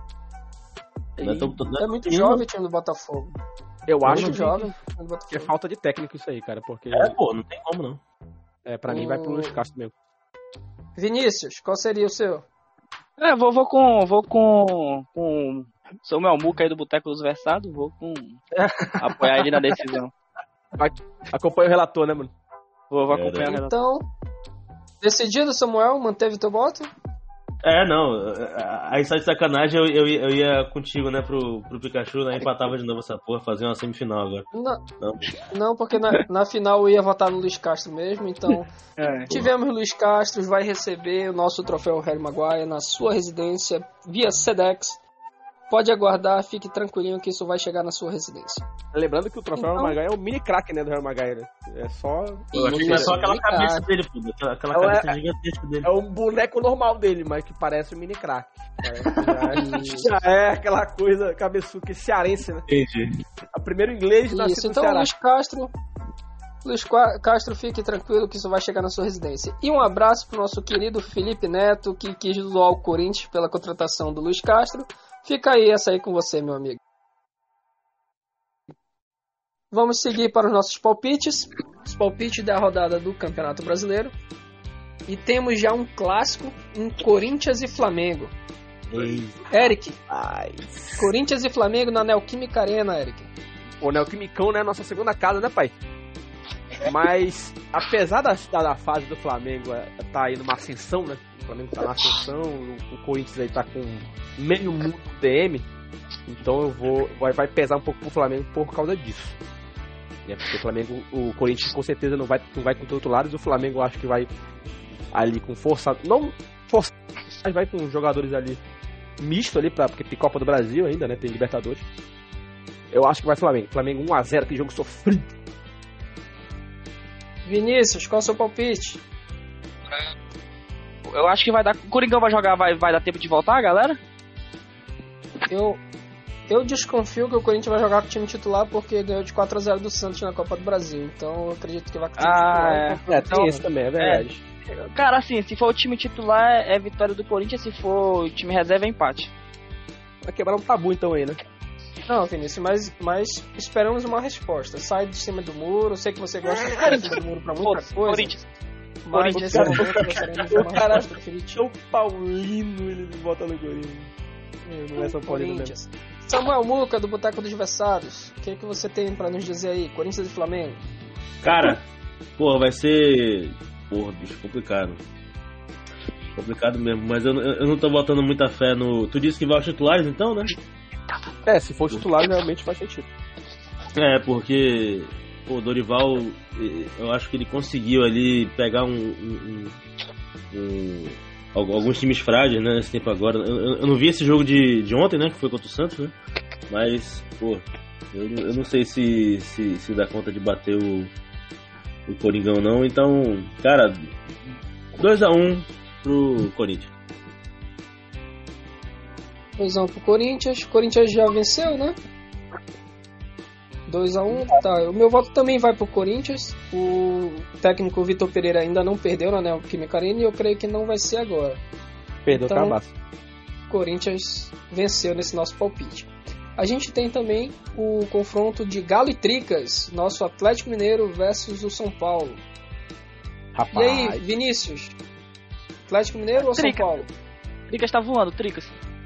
É muito jovem o time do Botafogo. Eu acho que é falta de técnico isso aí, cara. Porque... não tem como não. Pra mim vai pro Luiz Castro mesmo. Vinícius, qual seria o seu? Vou com Samuel Muca aí do Boteco dos Versados, vou apoiar ele na decisão. Acompanha o relator, né, mano? Vou acompanhar o relator. Então, decidido, Samuel, manteve teu voto? Não, aí só de sacanagem eu ia contigo, né, pro Pikachu, né, empatava de novo essa porra, fazer uma semifinal agora. Não, porque na final eu ia votar no Luiz Castro mesmo, então tivemos Luiz Castro, vai receber o nosso troféu Harry Maguire na sua residência via Sedex. Pode aguardar, fique tranquilinho que isso vai chegar na sua residência. Lembrando que o troféu Harry Maguire é o mini crack, né, do Harry Maguire. É só... Eu achei que é só aquela cabeça dele, pô. Aquela cabeça gigantesca dele. É um boneco normal dele, mas que parece um mini crack. Já é aquela coisa cabeçuca cearense, né? Entendi. O primeiro inglês nascido no Ceará. Luiz Castro, fique tranquilo que isso vai chegar na sua residência. E um abraço pro nosso querido Felipe Neto, que quis zoar o Corinthians pela contratação do Luiz Castro. Fica aí essa aí com você, meu amigo. Vamos seguir para os nossos palpites. Os palpites da rodada do Campeonato Brasileiro. E temos já um clássico em Corinthians e Flamengo. Eric. Corinthians e Flamengo na Neoquímica Arena, Eric. O Neoquimicão, né? Nossa segunda casa, né, pai? Mas, apesar da fase do Flamengo tá aí numa ascensão, né? O Flamengo tá na ascensão, o Corinthians aí tá com meio mundo DM. Então vai pesar um pouco pro Flamengo por causa disso. Porque o Corinthians com certeza não vai com todos os lados. O Flamengo eu acho que vai ali com força, não força, mas vai com jogadores ali misto ali, porque tem Copa do Brasil ainda, né? Tem Libertadores. Eu acho que vai Flamengo 1-0, aquele jogo sofrido. Vinícius, qual é o seu palpite? Eu acho que vai dar. O Coringão vai jogar, vai dar tempo de voltar, galera? Eu desconfio que o Corinthians vai jogar com o time titular porque ganhou de 4-0 do Santos na Copa do Brasil. Então eu acredito que vai com o time titular. Tem isso também, é verdade. Cara, assim, se for o time titular é vitória do Corinthians, se for o time reserva é empate. Vai quebrar um tabu então aí, né? Não, Vinícius, mas esperamos uma resposta. Sai de cima do muro, eu sei que você gosta de sair de cima do muro pra muita coisa. Corinthians. Mas nesse momento gostaríamos de uma resposta definitiva. São Paulino, ele bota no Corinthians. Não é São Paulino mesmo. Samuel Muca, do Boteco dos Versados. O que você tem pra nos dizer aí? Corinthians e Flamengo. Cara, vai ser... bicho, complicado. Complicado mesmo, mas eu não tô botando muita fé no... Tu disse que vai aos titulares então, né? Se for titular, realmente faz sentido. Porque o Dorival, eu acho que ele conseguiu ali pegar alguns times frágeis, né, nesse tempo agora. Eu não vi esse jogo de ontem, né, que foi contra o Santos, né? Mas, eu não sei se dá conta de bater o Coringão, não. Então, cara, 2-1 pro Corinthians. 2-1 pro Corinthians. Corinthians já venceu, né? 2-1. Tá, o meu voto também vai pro Corinthians. O técnico Vitor Pereira ainda não perdeu na Neoquímica Arena e eu creio que não vai ser agora. Perdeu o cabaço. Corinthians venceu nesse nosso palpite. A gente tem também o confronto de Galo e Tricas, nosso Atlético Mineiro versus o São Paulo. Rapaz. E aí, Vinícius? Atlético Mineiro ou São Paulo? Tricas tá voando, Tricas.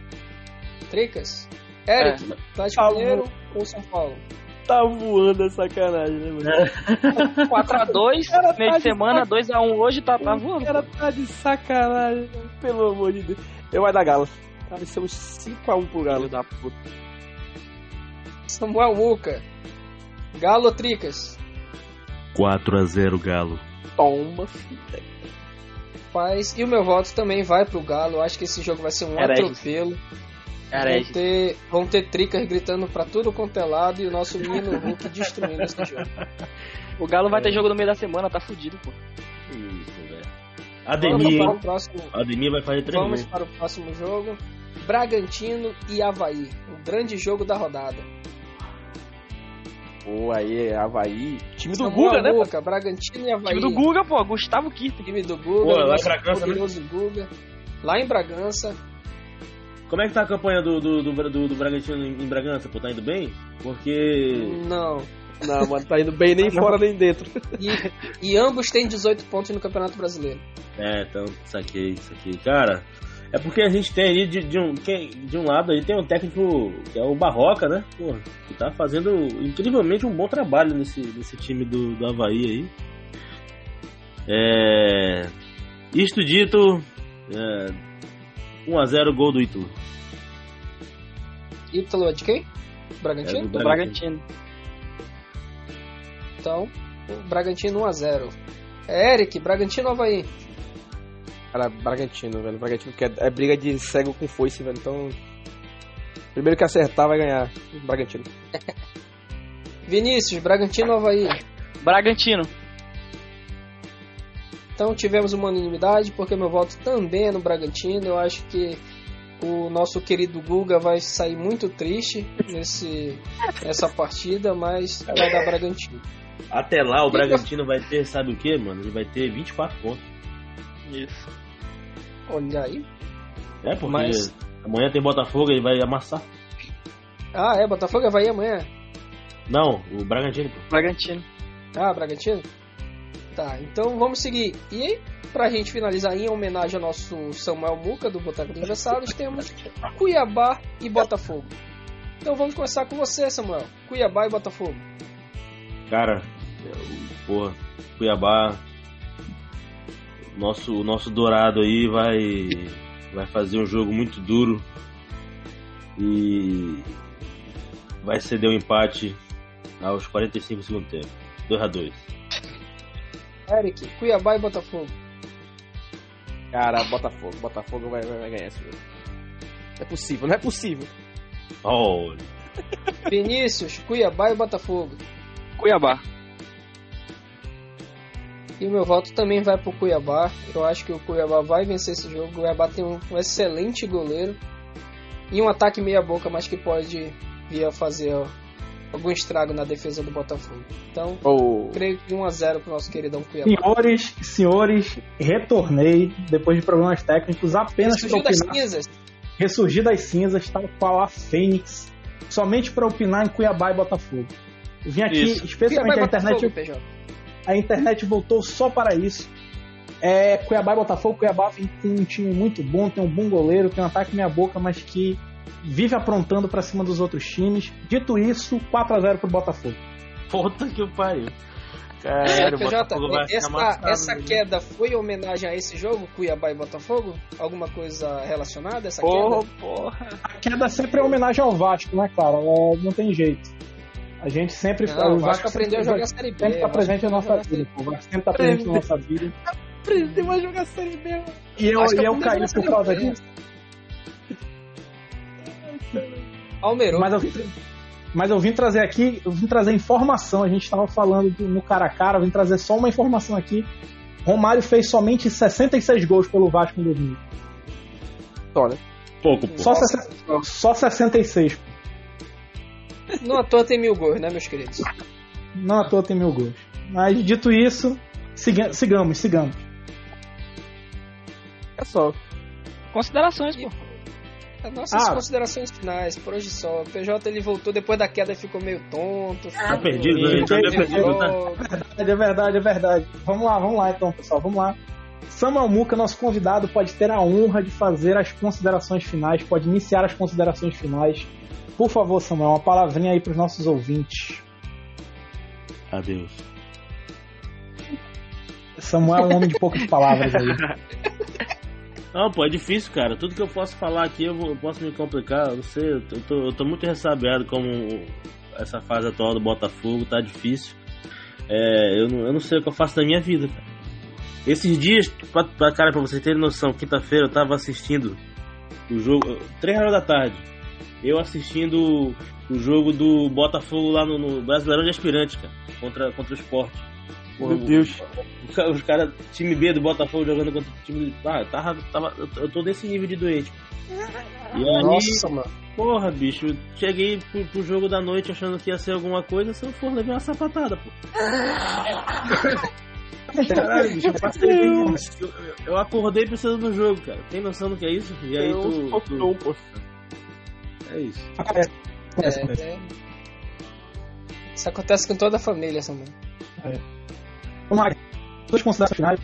Eric, Atlético Mineiro ou São Paulo? Tá voando a sacanagem, né, mano? 4-2, meio de semana, 2-1 hoje, tá voando. O cara tá de sacanagem, pelo amor de Deus. Eu vai dar Galo. Vai ser uns 5-1 pro Galo. Da puta. Samuel Muca. Galo ou Tricas? 4-0 Galo. Toma. Rapaz, e o meu voto também vai pro Galo. Eu acho que esse jogo vai ser um atropelo. Vão ter Tricas gritando pra tudo quanto é lado e o nosso menino Hulk destruindo esse jogo. O Galo vai ter jogo no meio da semana, tá fudido, pô. Isso, velho. Ademir vai fazer 3 Vamos para o próximo jogo. Bragantino e Avaí. O grande jogo da rodada. Pô, aí, Avaí. Time do Samuel Guga, né? Muca, Bragantino e Avaí. Time do Guga, pô. Gustavo Kirten. Time do Guga. Pô, lá em Bragança, poderoso Guga. Lá em Bragança. Como é que tá a campanha do Bragantino em Bragança? Pô, tá indo bem? Porque... Não, mano, tá indo bem nem fora nem dentro. E ambos têm 18 pontos no Campeonato Brasileiro. Então, saquei. Cara, é porque a gente tem aí de um lado aí tem um técnico que é o Barroca, né? Pô, que tá fazendo incrivelmente um bom trabalho nesse time do Avaí aí. Isto dito, 1-0 gol do Itu. Ítalo é de quem? Bragantino? Do Bragantino. Então, o Bragantino 1-0. Eric, Bragantino ou Avaí? Cara, Bragantino, velho. Bragantino que é briga de cego com foice, velho. Então, primeiro que acertar vai ganhar. Bragantino. Vinícius, Bragantino ou Avaí? Bragantino. Então tivemos uma unanimidade, porque meu voto também é no Bragantino. Eu acho que o nosso querido Guga vai sair muito triste nessa partida, mas vai dar Bragantino. Até lá o Bragantino vai ter, sabe o que, mano? Ele vai ter 24 pontos. Isso. Olha aí. Porque amanhã tem Botafogo, ele vai amassar. Botafogo e Avaí amanhã? Não, o Bragantino. Bragantino. Bragantino? Tá, então vamos seguir. E aí, pra gente finalizar, em homenagem ao nosso Samuel Muca, do Boteco dos Versados, temos Cuiabá e Botafogo. Então vamos começar com você, Samuel. Cuiabá e Botafogo. Cara, Cuiabá, o nosso Dourado aí vai fazer um jogo muito duro e vai ceder um empate aos 45 do segundo tempo. 2-2. Eric, Cuiabá e Botafogo. Cara, Botafogo vai ganhar esse jogo. Não é possível. Oh. Vinícius, Cuiabá e Botafogo. Cuiabá. E o meu voto também vai pro Cuiabá. Eu acho que o Cuiabá vai vencer esse jogo. O Cuiabá tem um excelente goleiro e um ataque meia boca, mas que pode vir a fazer algum estrago na defesa do Botafogo. Então, creio que 1-0 pro nosso queridão Cuiabá. Senhores, retornei depois de problemas técnicos apenas para opinar. Ressurgir das cinzas, tal qual a Fênix, somente para opinar em Cuiabá e Botafogo. Eu vim aqui especialmente a internet. A internet voltou só para isso. Cuiabá e Botafogo. Cuiabá vem com um time muito bom, tem um bom goleiro, tem um ataque meia boca, mas que vive aprontando pra cima dos outros times. Dito isso, 4-0 pro Botafogo. Puta que pariu. Caralho, essa queda foi em homenagem a esse jogo, Cuiabá e Botafogo? Alguma coisa relacionada a essa queda? Porra. A queda sempre é homenagem ao Vasco, né, cara? Não tem jeito. A gente sempre... o Vasco aprendeu a jogar Série B. Sempre tá presente na nossa vida. O Vasco sempre tá presente na nossa vida. Aprendeu a jogar Série B. E eu caí por causa disso. Almerou. Mas eu vim trazer aqui, informação. A gente estava falando no cara a cara, eu vim trazer só uma informação aqui. Romário fez somente 66 gols pelo Vasco em 2000. Olha. Pouco, pô. Só 66. Não à toa tem 1000 gols, né, meus queridos? Não à toa tem 1000 gols. Mas dito isso, sigamos. É só. Considerações, pô. Nossas considerações finais, por hoje só. O PJ ele voltou depois da queda e ficou meio tonto. Tá perdido, né? É verdade. Vamos lá então, pessoal, vamos lá. Samuel Muca, nosso convidado, pode ter a honra de fazer as considerações finais, pode iniciar as considerações finais. Por favor, Samuel, uma palavrinha aí pros nossos ouvintes. Adeus. Samuel é um homem de poucas palavras aí. Não, pô, é difícil, cara. Tudo que eu posso falar aqui eu posso me complicar. Eu não sei, eu tô muito ressabiado como essa fase atual do Botafogo tá difícil. Eu não sei o que eu faço da minha vida, cara. Esses dias, pra vocês terem noção, quinta-feira eu tava assistindo o jogo, 3 horas da tarde, eu assistindo o jogo do Botafogo lá no Brasileirão de Aspirantes, cara, contra o Sport. Meu Deus. Os caras, time B do Botafogo jogando contra o time... eu tô desse nível de doente. E aí, Nossa, mano. porra, bicho, cheguei pro jogo da noite achando que ia ser alguma coisa, se eu for, levei uma sapatada, pô. Caralho, bicho, eu acordei precisando do jogo, cara. Tem noção do que é isso? E aí pô. É isso. Isso acontece com toda a família, Samuel. Vamos lá. 2 considerações finais.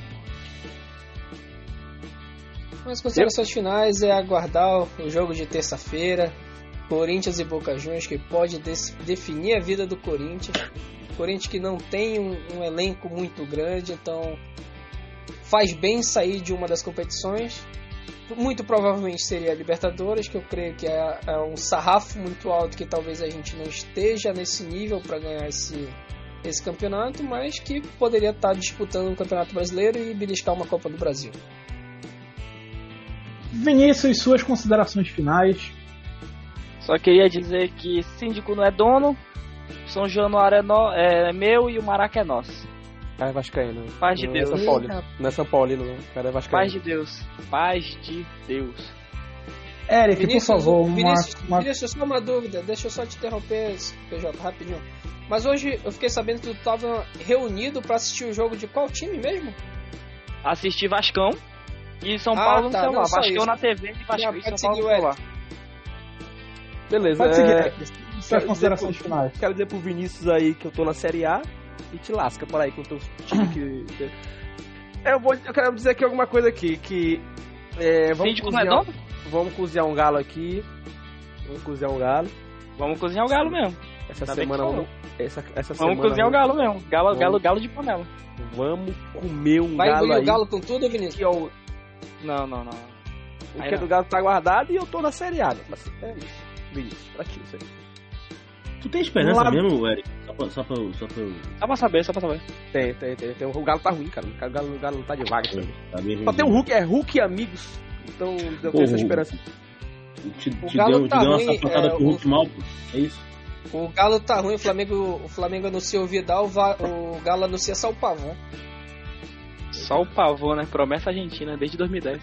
As considerações finais é aguardar o jogo de terça-feira, Corinthians e Boca Juniors, que pode definir a vida do Corinthians. Corinthians que não tem um elenco muito grande, então faz bem sair de uma das competições. Muito provavelmente seria a Libertadores, que eu creio que é um sarrafo muito alto, que talvez a gente não esteja nesse nível para ganhar esse campeonato, mas que poderia estar disputando um campeonato brasileiro e beliscar uma Copa do Brasil. Vinícius, suas considerações finais. Só queria dizer que síndico não é dono, São Januário é meu e o Maraca é nosso. Cara é vascaíno. Paz de Deus. Não é São Paulino, não. Cara é vascaíno. Paz de Deus. Paz de Deus. Eric, Vinícius, por favor, Vinícius, só uma dúvida, deixa eu só te interromper, PJ, rapidinho. Mas hoje eu fiquei sabendo que tu tava reunido pra assistir o jogo de qual time mesmo? Assisti Vascão e São Paulo no celular. Vascão na TV e Vascão e São Paulo no celular. Beleza, pode seguir. Suas considerações finais. Quero dizer pro Vinícius aí que eu tô na Série A e te lasca por aí com o teu time que... Eu quero dizer aqui alguma coisa aqui, que... Vamos cozinhar um galo aqui. Vamos cozinhar um galo mesmo. Essa semana vamos cozinhar o galo mesmo. Galo de panela. Vamos comer um galo aí. Vai engolir o galo com tudo, Vinícius? Não. O que é do galo tá guardado e eu tô na Série A. É isso, Vinícius. Pra ti, isso aí. Tu tem esperança mesmo, Eric? Só pra eu... Só pra saber. Tem. O galo tá ruim, cara. O galo não tá de vaga. Tá bem só tem um Hulk, Hulk e amigos. Então eu tenho essa esperança. Te deu uma sapatada pro Hulk mal, pô. É isso? O Galo tá ruim, o Flamengo anuncia o Vidal, o Galo anuncia só o Pavon. Só o Pavon, né? Promessa argentina desde 2010.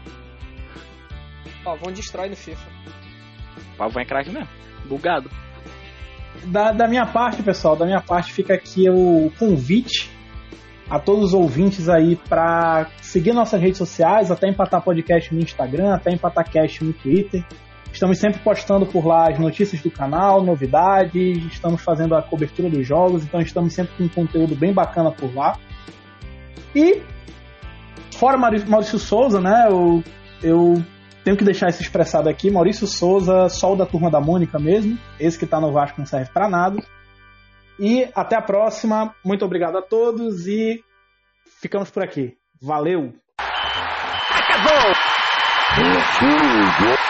O Pavon destrói no FIFA. O Pavon é craque mesmo. Bugado. Da minha parte, pessoal, fica aqui o convite a todos os ouvintes aí para seguir nossas redes sociais, até Empatar Podcast no Instagram, até Empatar Cast no Twitter. Estamos sempre postando por lá as notícias do canal, novidades, estamos fazendo a cobertura dos jogos, então estamos sempre com um conteúdo bem bacana por lá. E, fora Maurício Souza, né, eu tenho que deixar isso expressado aqui, Maurício Souza, só o da Turma da Mônica mesmo, esse que tá no Vasco não serve pra nada. E até a próxima, muito obrigado a todos e ficamos por aqui. Valeu! Acabou!